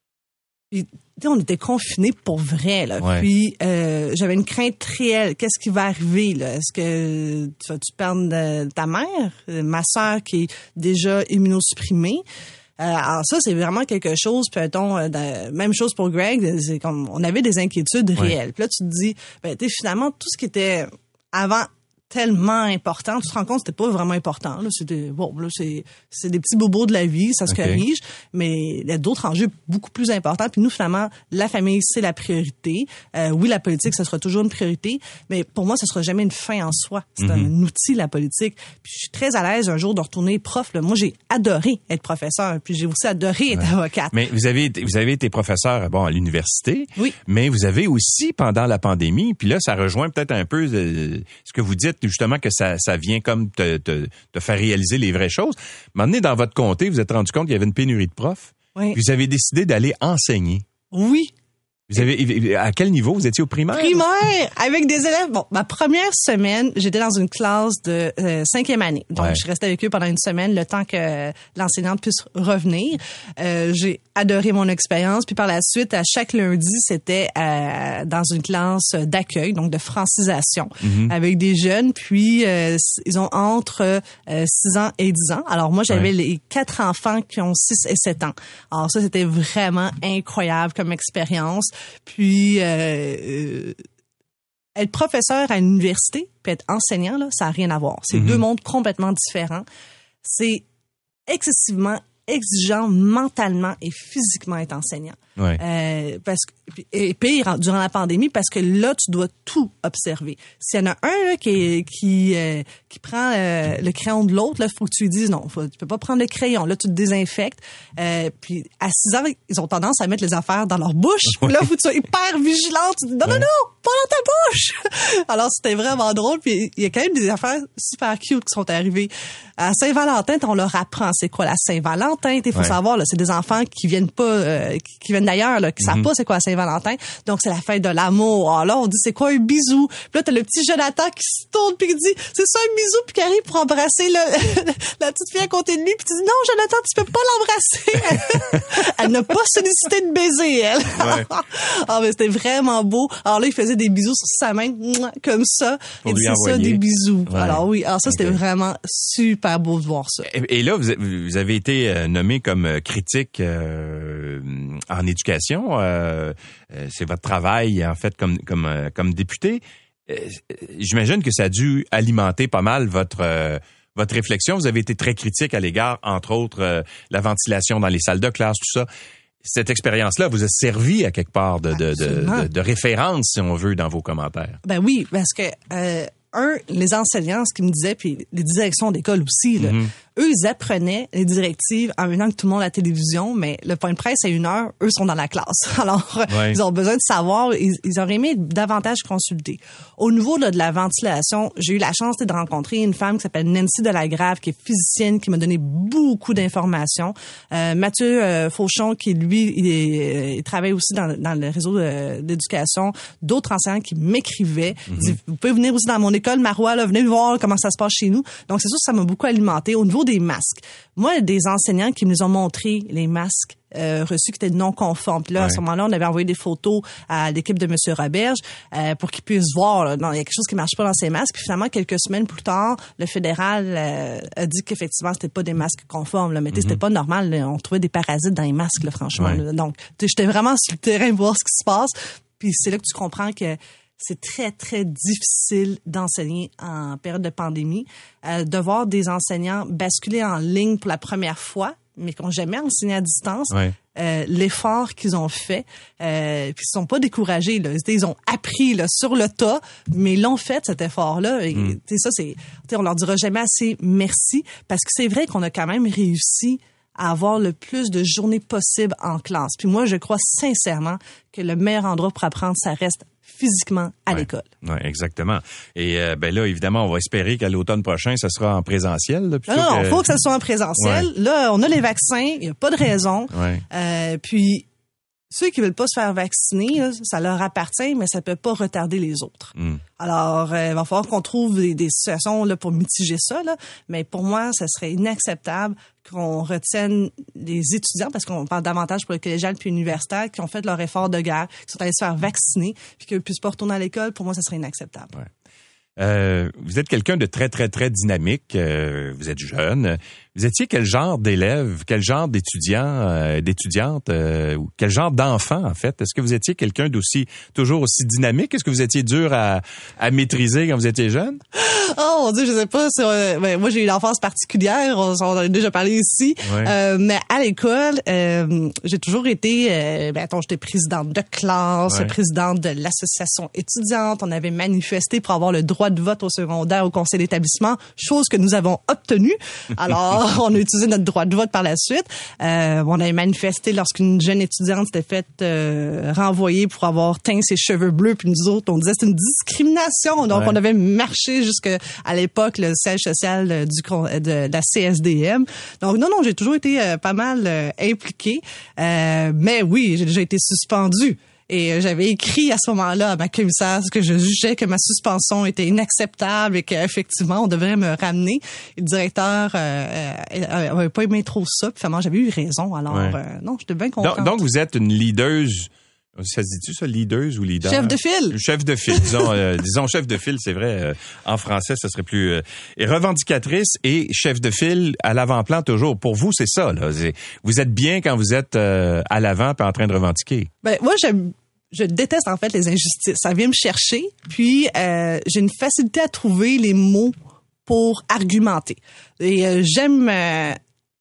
puis, on était confinés pour vrai, là. Ouais. Puis euh, j'avais une crainte réelle. Qu'est-ce qui va arriver, là? Est-ce que tu vas-tu perdre de, ta mère, ma sœur qui est déjà immunosupprimée? Euh, alors ça, c'est vraiment quelque chose, peut-on, euh, même chose pour Greg, c'est comme on avait des inquiétudes ouais. réelles. Puis là, tu te dis, ben, tu sais, finalement, tout ce qui était avant tellement important, tu te rends compte que c'était pas vraiment important. Là, c'était bon, là, c'est c'est des petits bobos de la vie, ça se okay. corrige, mais il y a d'autres enjeux beaucoup plus importants. Puis nous, finalement, la famille, c'est la priorité. Euh, oui, la politique, ça sera toujours une priorité, mais pour moi, ça sera jamais une fin en soi. C'est mm-hmm. un outil, la politique. Puis je suis très à l'aise un jour de retourner prof. Là. Moi, j'ai adoré être professeur, puis j'ai aussi adoré être ouais. avocate. Mais vous avez vous avez été professeur bon à l'université, oui. mais vous avez aussi pendant la pandémie, puis là, ça rejoint peut-être un peu euh, ce que vous dites justement que ça, ça vient comme te, te, te faire réaliser les vraies choses. Maintenant, dans votre comté, vous vous êtes rendu compte qu'il y avait une pénurie de profs. Oui. Vous avez décidé d'aller enseigner. Oui. Vous avez, à quel niveau? Vous étiez au primaire? Primaire, avec des élèves. Bon, ma première semaine, j'étais dans une classe de euh, cinquième année. Donc, ouais. je restais avec eux pendant une semaine, le temps que l'enseignante puisse revenir. Euh, j'ai adoré mon expérience. Puis par la suite, à chaque lundi, c'était euh, dans une classe d'accueil, donc de francisation, mm-hmm. avec des jeunes. Puis, euh, ils ont entre euh, six ans et dix ans. Alors, moi, j'avais ouais. les quatre enfants qui ont six et sept ans. Alors, ça, c'était vraiment incroyable comme expérience. Puis, euh, euh, être professeur à l'université puis être enseignant, là, ça n'a rien à voir. C'est mm-hmm. deux mondes complètement différents. C'est excessivement exigeant mentalement et physiquement être enseignant. Ouais. Euh, parce que, et pire, durant la pandémie, parce que là, tu dois tout observer. S'il y en a un là, qui, qui, euh, qui prend euh, le crayon de l'autre, il faut que tu lui dises non, faut, tu peux pas prendre le crayon. Là, tu te désinfectes. Euh, puis à six ans, ils ont tendance à mettre les affaires dans leur bouche. Ouais. Là, faut que tu sois hyper vigilant. Tu dis non, ouais. non, non, pas dans ta bouche. Alors, c'était vraiment drôle. Puis il y a quand même des affaires super cute qui sont arrivées. À Saint-Valentin, on leur apprend c'est quoi la Saint-Valentin. Il faut ouais. savoir, là, c'est des enfants qui viennent pas, euh, qui, qui viennent d'ailleurs, là, qui mm-hmm. savent pas c'est quoi la Saint-Valentin. Donc, c'est la fête de l'amour. Alors là, on dit c'est quoi un bisou. Puis là, t'as le petit Jonathan qui se tourne puis qui dit c'est ça un bisou puis qui arrive pour embrasser le, la petite fille à côté de lui puis tu dis non, Jonathan, tu peux pas l'embrasser. Elle n'a pas sollicité de baiser, elle. Ouais. Ah, mais c'était vraiment beau. Alors là, il faisait des bisous sur sa main, comme ça. Pour et lui c'est envoyer. Ça, des bisous. Ouais. Alors oui, alors ça, okay. c'était vraiment super beau de voir ça. Et, et là, vous, vous avez été nommé comme critique euh, en éducation. Euh, c'est votre travail, en fait, comme comme comme député. J'imagine que ça a dû alimenter pas mal votre euh, votre réflexion. Vous avez été très critique à l'égard, entre autres, euh, la ventilation dans les salles de classe, tout ça. Cette expérience-là vous a servi à quelque part de de, de, de, de référence, si on veut, dans vos commentaires. Ben oui, parce que euh, un, les enseignants, ce qu'ils me disaient, puis les directions d'école aussi, là, mm-hmm. eux, ils apprenaient les directives en même temps que tout le monde à la télévision, mais le point de presse, à une heure, eux sont dans la classe. Alors, ouais. ils ont besoin de savoir, ils, ils auraient aimé davantage consulter. Au niveau là, de la ventilation, j'ai eu la chance de rencontrer une femme qui s'appelle Nancy Delagrave, qui est physicienne, qui m'a donné beaucoup d'informations. Euh, Mathieu euh, Fauchon, qui lui, il, est, il travaille aussi dans, dans le réseau de, d'éducation, d'autres enseignants qui m'écrivaient. Mm-hmm. Dit, vous pouvez venir aussi dans mon école, Marois, là, venez voir comment ça se passe chez nous. Donc, c'est sûr que ça m'a beaucoup alimenté. Au niveau des masques, moi, des enseignants qui me les ont montré, les masques euh, reçus qui étaient non conformes. Puis là, ouais. à ce moment-là, on avait envoyé des photos à l'équipe de M. Roberge euh, pour qu'ils puissent voir, là, non, il y a quelque chose qui marche pas dans ces masques. Puis finalement, quelques semaines plus tard, le fédéral euh, a dit qu'effectivement, c'était pas des masques conformes. Là, mais mm-hmm. c'était pas normal. Là, on trouvait des parasites dans les masques, là, franchement. Ouais. Là. Donc, j'étais vraiment sur le terrain pour voir ce qui se passe. Puis c'est là que tu comprends que c'est très, très difficile d'enseigner en période de pandémie. Euh, de voir des enseignants basculer en ligne pour la première fois, mais qui n'ont jamais enseigné à distance, ouais. euh, l'effort qu'ils ont fait, euh, puis ils sont pas découragés. Là. Ils ont appris là, sur le tas, mais ils l'ont fait, cet effort-là. Et, mm. ça, c'est, on leur dira jamais assez merci, parce que c'est vrai qu'on a quand même réussi à avoir le plus de journées possible en classe. Puis moi, je crois sincèrement que le meilleur endroit pour apprendre, ça reste physiquement à ouais, l'école. Oui, exactement. Et euh, ben là, évidemment, on va espérer qu'à l'automne prochain, ça sera en présentiel. Là, non, non, il que... faut que ça soit en présentiel. Ouais. Là, on a les vaccins, il n'y a pas de raison. Ouais. Euh, puis, ceux qui veulent pas se faire vacciner, là, ça leur appartient, mais ça peut pas retarder les autres. Mm. Alors, euh, il va falloir qu'on trouve des, des situations là, pour mitiger ça. Là. Mais pour moi, ça serait inacceptable qu'on retienne les étudiants, parce qu'on parle davantage pour le collégial puis universitaire, qui ont fait leur effort de guerre, qui sont allés se faire vacciner, puis qu'ils puissent pas retourner à l'école. Pour moi, ça serait inacceptable. Ouais. Euh, vous êtes quelqu'un de très, très, très dynamique. Euh, vous êtes jeune. Vous étiez quel genre d'élève, quel genre d'étudiant, euh, d'étudiante, euh, ou quel genre d'enfant, en fait? Est-ce que vous étiez quelqu'un d'aussi, toujours aussi dynamique? Est-ce que vous étiez dur à, à maîtriser quand vous étiez jeune? Oh, mon Dieu, je sais pas. C'est, euh, ben, moi, j'ai eu une enfance particulière. On, on en a déjà parlé ici. Ouais. Euh, mais à l'école, euh, j'ai toujours été, euh, ben, attends, j'étais présidente de classe, ouais. présidente de l'association étudiante. On avait manifesté pour avoir le droit de vote au secondaire au conseil d'établissement, chose que nous avons obtenue. Alors, on a utilisé notre droit de vote par la suite. Euh, on avait manifesté lorsqu'une jeune étudiante s'était faite euh, renvoyer pour avoir teint ses cheveux bleus, puis nous autres, on disait c'est une discrimination. Donc, ouais. on avait marché jusqu'à l'époque le siège social du de la C S D M. Donc, non, non, j'ai toujours été euh, pas mal euh, impliquée. Euh, mais oui, j'ai déjà été suspendue. Et j'avais écrit à ce moment-là à ma commissaire que je jugeais que ma suspension était inacceptable et qu'effectivement, on devrait me ramener. Et le directeur euh, euh, avait pas aimé trop ça. Puis finalement, j'avais eu raison. Alors, ouais. euh, non, j'étais bien contente. Donc, donc, vous êtes une leaduse... Ça se dit-tu, ça, leaduse ou leader? Chef de file. Chef de file, disons, euh, disons chef de file, c'est vrai. Euh, en français, ça serait plus... Euh, et revendicatrice et chef de file à l'avant-plan toujours. Pour vous, c'est ça, là. C'est, vous êtes bien quand vous êtes euh, à l'avant et en train de revendiquer. Ben, moi, j'aime... Je déteste en fait les injustices. Ça vient me chercher. Puis euh, j'ai une facilité à trouver les mots pour argumenter. Et euh, j'aime euh,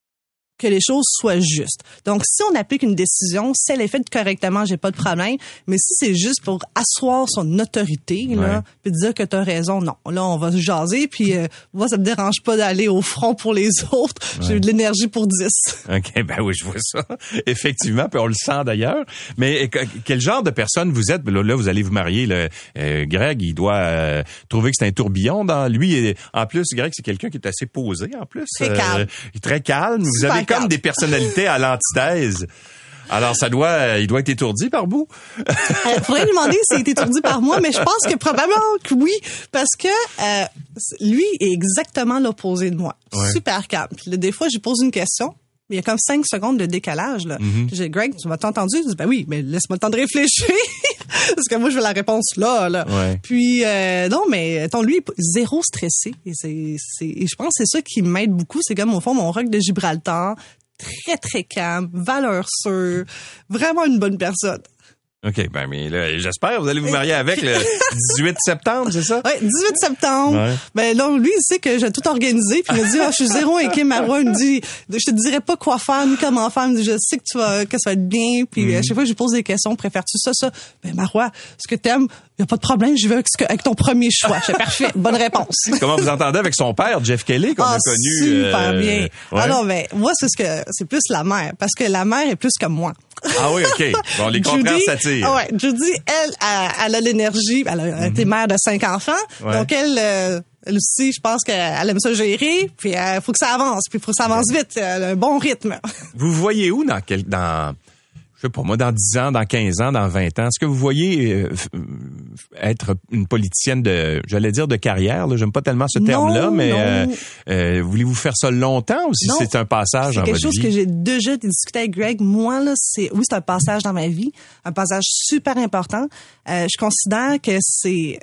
que les choses soient justes. Donc, si on applique une décision, si elle est faite correctement, j'ai pas de problème. Mais si c'est juste pour asseoir son autorité, là, ouais. puis dire que t'as raison, non. Là, on va se jaser, puis euh, moi, ça me dérange pas d'aller au front pour les autres. Ouais. J'ai eu de l'énergie pour dix. OK, ben oui, je vois ça. Effectivement, puis on le sent d'ailleurs. Mais quel genre de personne vous êtes? Là, là vous allez vous marier. Là. Euh, Greg, il doit euh, trouver que c'est un tourbillon dans lui. Et, en plus, Greg, c'est quelqu'un qui est assez posé, en plus. Très calme. Euh, très calme. Vous avez comme des personnalités à l'antithèse. Alors, ça doit, il doit être étourdi par vous. Il euh, faudrait lui demander s'il est étourdi par moi, mais je pense que probablement que oui, parce que euh, lui est exactement l'opposé de moi. Ouais. Super calme. Puis, des fois, je lui pose une question. Il y a comme cinq secondes de décalage, là. Mm-hmm. J'ai dit, Greg, tu m'as entendu? Je dis, ben oui, mais laisse-moi le temps de réfléchir. Parce que moi, je veux la réponse là, là. Ouais. Puis, euh, non, mais, attends, lui, zéro stressé. Et c'est, c'est, et je pense que c'est ça qui m'aide beaucoup. C'est comme, au fond, mon roc de Gibraltar. Très, très calme, valeur sûre. Vraiment une bonne personne. OK, ben mais là, j'espère vous allez vous marier avec le dix-huit septembre, c'est ça? Oui, dix-huit septembre. Ouais. Ben là, lui, il sait que j'ai tout organisé, puis il me dit, oh, je suis zéro inquiet, Marois. Il me dit, je te dirai pas quoi faire ni comment faire. Il me dit, je sais que tu vas, que ça va être bien. Puis mm-hmm. à chaque fois, je lui pose des questions, préfères-tu ça, ça? Ben Marois, ce que t'aimes, y a pas de problème, je vais avec, avec ton premier choix. C'est parfait, bonne réponse. Comment vous entendez avec son père, Jeff Kelly, qu'on ah, a connu? Super euh, bien. Ouais. Alors, ben moi, c'est ce que c'est plus la mère, parce que la mère est plus comme moi. Ah oui, OK. Bon, les contraires s'attirent. Ah ouais, Judy, elle, elle, elle a l'énergie. Elle a mm-hmm. été mère de cinq enfants. Ouais. Donc, elle, euh, elle aussi, je pense qu'elle aime ça gérer. Puis, il euh, faut que ça avance. Puis, il faut que ça avance ouais. vite. Elle a un bon rythme. Vous voyez où dans quel, dans, je sais pas moi, dans dix ans, dans quinze ans, dans vingt ans? Est-ce que vous voyez euh, être une politicienne de, j'allais dire de carrière, là, j'aime pas tellement ce terme-là, non, mais non. Euh, euh, voulez-vous faire ça longtemps ou si Non. c'est un passage dans votre vie? C'est quelque chose que j'ai déjà discuté avec Greg. Moi, là, c'est, oui, c'est un passage dans ma vie, un passage super important. Euh, je considère que c'est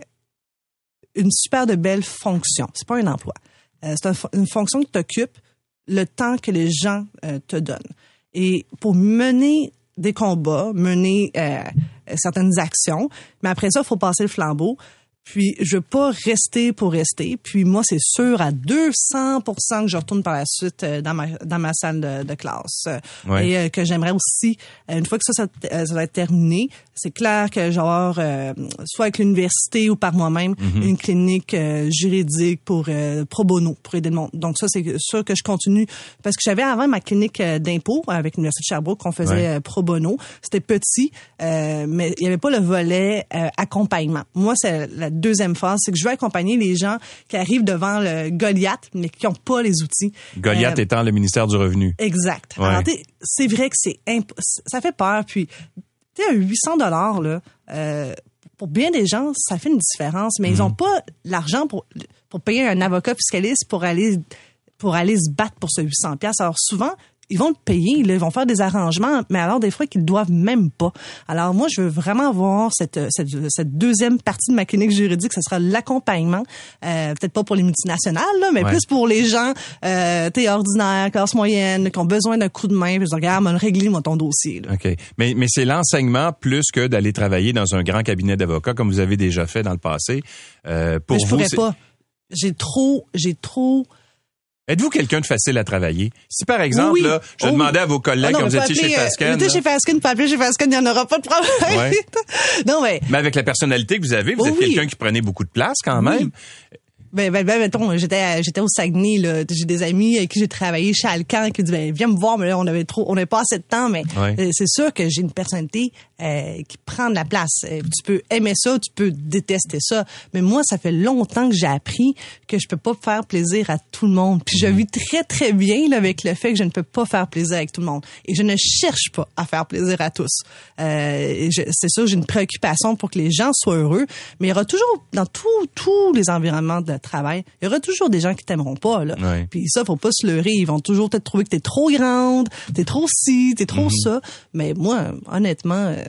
une super de belle fonction. C'est pas un emploi. Euh, c'est un, une fonction que tu occupes le temps que les gens euh, te donnent. Et pour mener des combats, mener euh, certaines actions, mais après ça, il faut passer le flambeau. Puis, je veux pas rester pour rester. Puis, moi, c'est sûr à deux cents pour cent que je retourne par la suite euh, dans ma dans ma salle de, de classe. Ouais. Et euh, que j'aimerais aussi, une fois que ça, ça, ça va être terminé, c'est clair que genre, euh, soit avec l'université ou par moi-même, mm-hmm. une clinique euh, juridique pour euh, pro bono, pour aider le monde. Donc, ça, c'est sûr que je continue. Parce que j'avais avant ma clinique d'impôt avec l'Université de Sherbrooke qu'on faisait ouais. euh, pro bono. C'était petit, euh, mais il y avait pas le volet euh, accompagnement. Moi, c'est la deuxième phase, c'est que je veux accompagner les gens qui arrivent devant le Goliath, mais qui n'ont pas les outils. Goliath euh, étant le ministère du Revenu. Exact. Ouais. Alors, c'est vrai que c'est imp- ça fait peur. Puis, tu sais, huit cents dollars là, euh, pour bien des gens, ça fait une différence, mais mmh. ils n'ont pas l'argent pour pour payer un avocat fiscaliste pour aller pour aller se battre pour ce huit cents dollars. Alors souvent, ils vont le payer, là, ils vont faire des arrangements, mais alors des fois qu'ils doivent même pas. Alors moi, je veux vraiment voir cette cette, cette deuxième partie de ma clinique juridique, ce sera l'accompagnement, euh, peut-être pas pour les multinationales, là, mais ouais. plus pour les gens, euh, t'es ordinaires, classe moyenne, qui ont besoin d'un coup de main. Puis je dis, regarde, on va le régler moi ton dossier. Là. Ok, mais mais c'est l'enseignement plus que d'aller travailler dans un grand cabinet d'avocats comme vous avez déjà fait dans le passé. Euh, pour mais je vous, pourrais c'est... pas. J'ai trop, j'ai trop. Êtes-vous quelqu'un de facile à travailler? Si, par exemple, oui, là, je oui. demandais à vos collègues, oh non, quand vous étiez chez Fasken... Vous étiez chez Fasken, pas appeler chez Fasken, il n'y en aura pas de problème. Ouais. non, mais... mais avec la personnalité que vous avez, vous oh, êtes oui. quelqu'un qui prenait beaucoup de place quand même. Oui. Ben, ben, ben, mettons, j'étais, j'étais au Saguenay, là. J'ai des amis avec qui j'ai travaillé chez Alcan qui disent, ben, viens me voir, mais là, on avait trop, on n'avait pas assez de temps, mais ouais. euh, c'est sûr que j'ai une personnalité, euh, qui prend de la place. Euh, tu peux aimer ça, tu peux détester ça. Mais moi, ça fait longtemps que j'ai appris que je peux pas faire plaisir à tout le monde. Puis je vis très, très bien, là, avec le fait que je ne peux pas faire plaisir avec tout le monde. Et je ne cherche pas à faire plaisir à tous. Euh, je, c'est sûr, j'ai une préoccupation pour que les gens soient heureux, mais il y aura toujours, dans tous, tous les environnements de travail, il y aura toujours des gens qui t'aimeront pas, là. Ouais. Puis ça, faut pas se leurrer. Ils vont toujours peut-être trouver que t'es trop grande, t'es trop ci, t'es trop mm-hmm. ça. Mais moi, honnêtement, euh,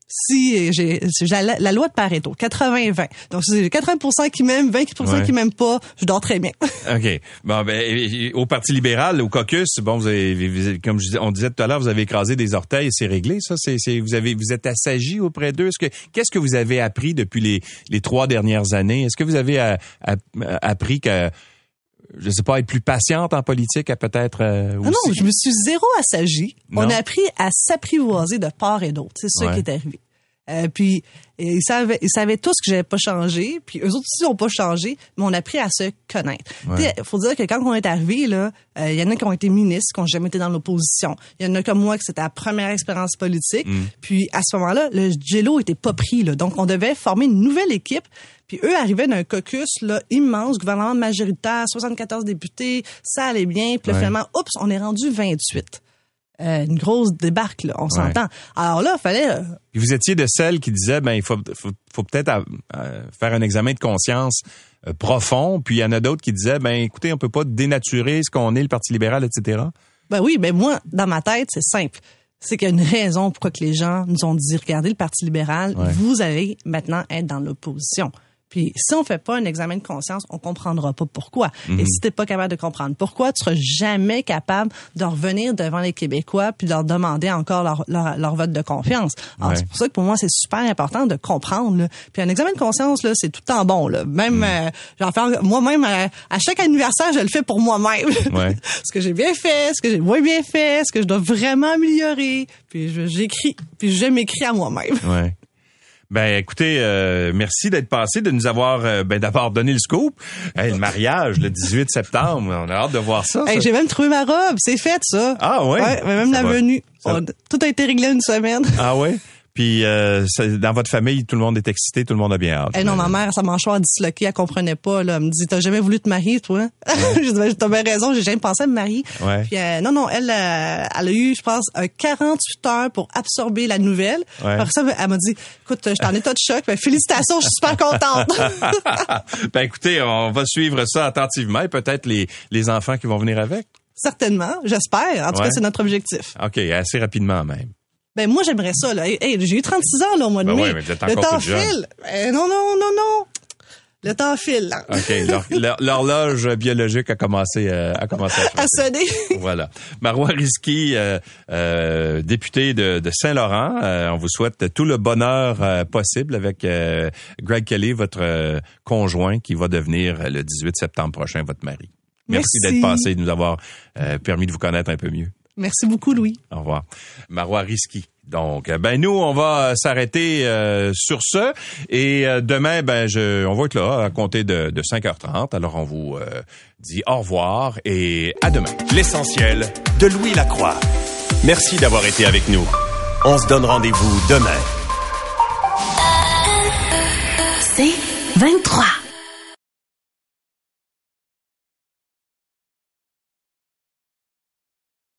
si j'ai, j'ai la, la loi de Pareto, quatre-vingts vingt. Donc, si j'ai quatre-vingts pour cent qui m'aiment, vingt pour cent ouais. qui m'aiment pas, je dors très bien. OK. Bon, ben, au Parti libéral, au caucus, bon, vous avez, vous, comme je disais, on disait tout à l'heure, vous avez écrasé des orteils et c'est réglé, ça? C'est, c'est, vous avez, vous êtes assagi auprès d'eux? Est-ce que, qu'est-ce que vous avez appris depuis les, les trois dernières années? Est-ce que vous avez a, a, a, appris que, je sais pas, être plus patiente en politique, à peut-être euh, aussi? Non, non, je me suis zéro assagie. On a appris à s'apprivoiser de part et d'autre. C'est ça ouais. qui est arrivé. Euh, puis ils savaient, ils savaient tous que j'avais pas changé, puis eux autres aussi n'ont pas changé, mais on a appris à se connaître. Ouais. Faut dire que quand on est arrivé là, il euh, y en a qui ont été ministres, qui ont jamais été dans l'opposition. Il y en a comme moi que c'était la première expérience politique. Mm. Puis à ce moment-là, le Jello était pas pris là, donc on devait former une nouvelle équipe. Puis eux arrivaient d'un caucus là immense, gouvernement majoritaire, soixante-quatorze députés, ça allait bien. Puis là, ouais. finalement, oups, on est rendu vingt-huit. Euh, une grosse débarque, là, on ouais. s'entend. Alors là, il fallait... Euh... Puis vous étiez de celles qui disaient, ben il faut, faut, faut peut-être euh, faire un examen de conscience euh, profond. Puis il y en a d'autres qui disaient, ben écoutez, on peut pas dénaturer ce qu'on est, le Parti libéral, et cetera. Ben oui, ben moi, dans ma tête, c'est simple. C'est qu'il y a une raison pourquoi que les gens nous ont dit, regardez le Parti libéral, ouais. vous allez maintenant être dans l'opposition. Puis si on fait pas un examen de conscience, on comprendra pas pourquoi. Mm-hmm. Et si t'es pas capable de comprendre pourquoi, tu seras jamais capable de revenir devant les Québécois puis de leur demander encore leur, leur, leur vote de confiance. Alors ouais. c'est pour ça que pour moi c'est super important de comprendre. Là. Puis un examen de conscience là, c'est tout le temps bon. Là. Même mm. euh, j'en fais moi-même euh, à chaque anniversaire, je le fais pour moi-même. Ouais. Ce que j'ai bien fait, ce que j'ai moins bien fait, ce que je dois vraiment améliorer. Puis je, j'écris, puis je m'écris à moi-même. Ouais. Ben écoutez, euh, merci d'être passé, de nous avoir euh, ben d'abord donné le scoop. Hey, le mariage le dix-huit septembre, on a hâte de voir ça. Hey, ça. J'ai même trouvé ma robe, c'est fait ça. Ah ouais. Ouais, même ça la va. venue. Ça... On, tout a été réglé une semaine. Ah ouais. Puis Puis euh, dans votre famille, tout le monde est excité, tout le monde a bien hâte. Eh non, ma mère, sa mâchoire disloquée, elle comprenait pas. Là. Elle me dit, t'as jamais voulu te marier, toi? Ouais. J'ai dit, t'as bien raison, j'ai jamais pensé à me marier. Ouais. Puis euh, non, non, elle, euh, elle a eu, je pense, un quarante-huit heures pour absorber la nouvelle. Ouais. Après ça, elle m'a dit, écoute, je suis en état de choc. Ben, félicitations, je suis super contente. Ben écoutez, on va suivre ça attentivement et peut-être les, les enfants qui vont venir avec. Certainement, j'espère. En tout ouais. cas, c'est notre objectif. OK, assez rapidement même. Ben moi, j'aimerais ça. Là. Hey, j'ai eu trente-six ans là, au mois de ben mai. Oui, mais vous êtes le encore temps toute jeune. file. Ben, non, non, non, non. Le temps file. Là. OK, l'horloge biologique a commencé, euh, a commencé à, à sonner. Voilà. Marois Risky, euh, euh, député de, de Saint-Laurent, euh, on vous souhaite tout le bonheur euh, possible avec euh, Greg Kelly, votre euh, conjoint, qui va devenir le dix-huit septembre prochain votre mari. Merci, Merci. d'être passé et de nous avoir euh, permis de vous connaître un peu mieux. Merci beaucoup, Louis. Au revoir. Marois Risky. Donc, ben nous, on va s'arrêter euh, sur ce. Et euh, demain, ben je, on va être là à compter de, de cinq heures trente. Alors, on vous euh, dit au revoir et à demain. L'essentiel de Louis Lacroix. Merci d'avoir été avec nous. On se donne rendez-vous demain. C'est vingt-trois.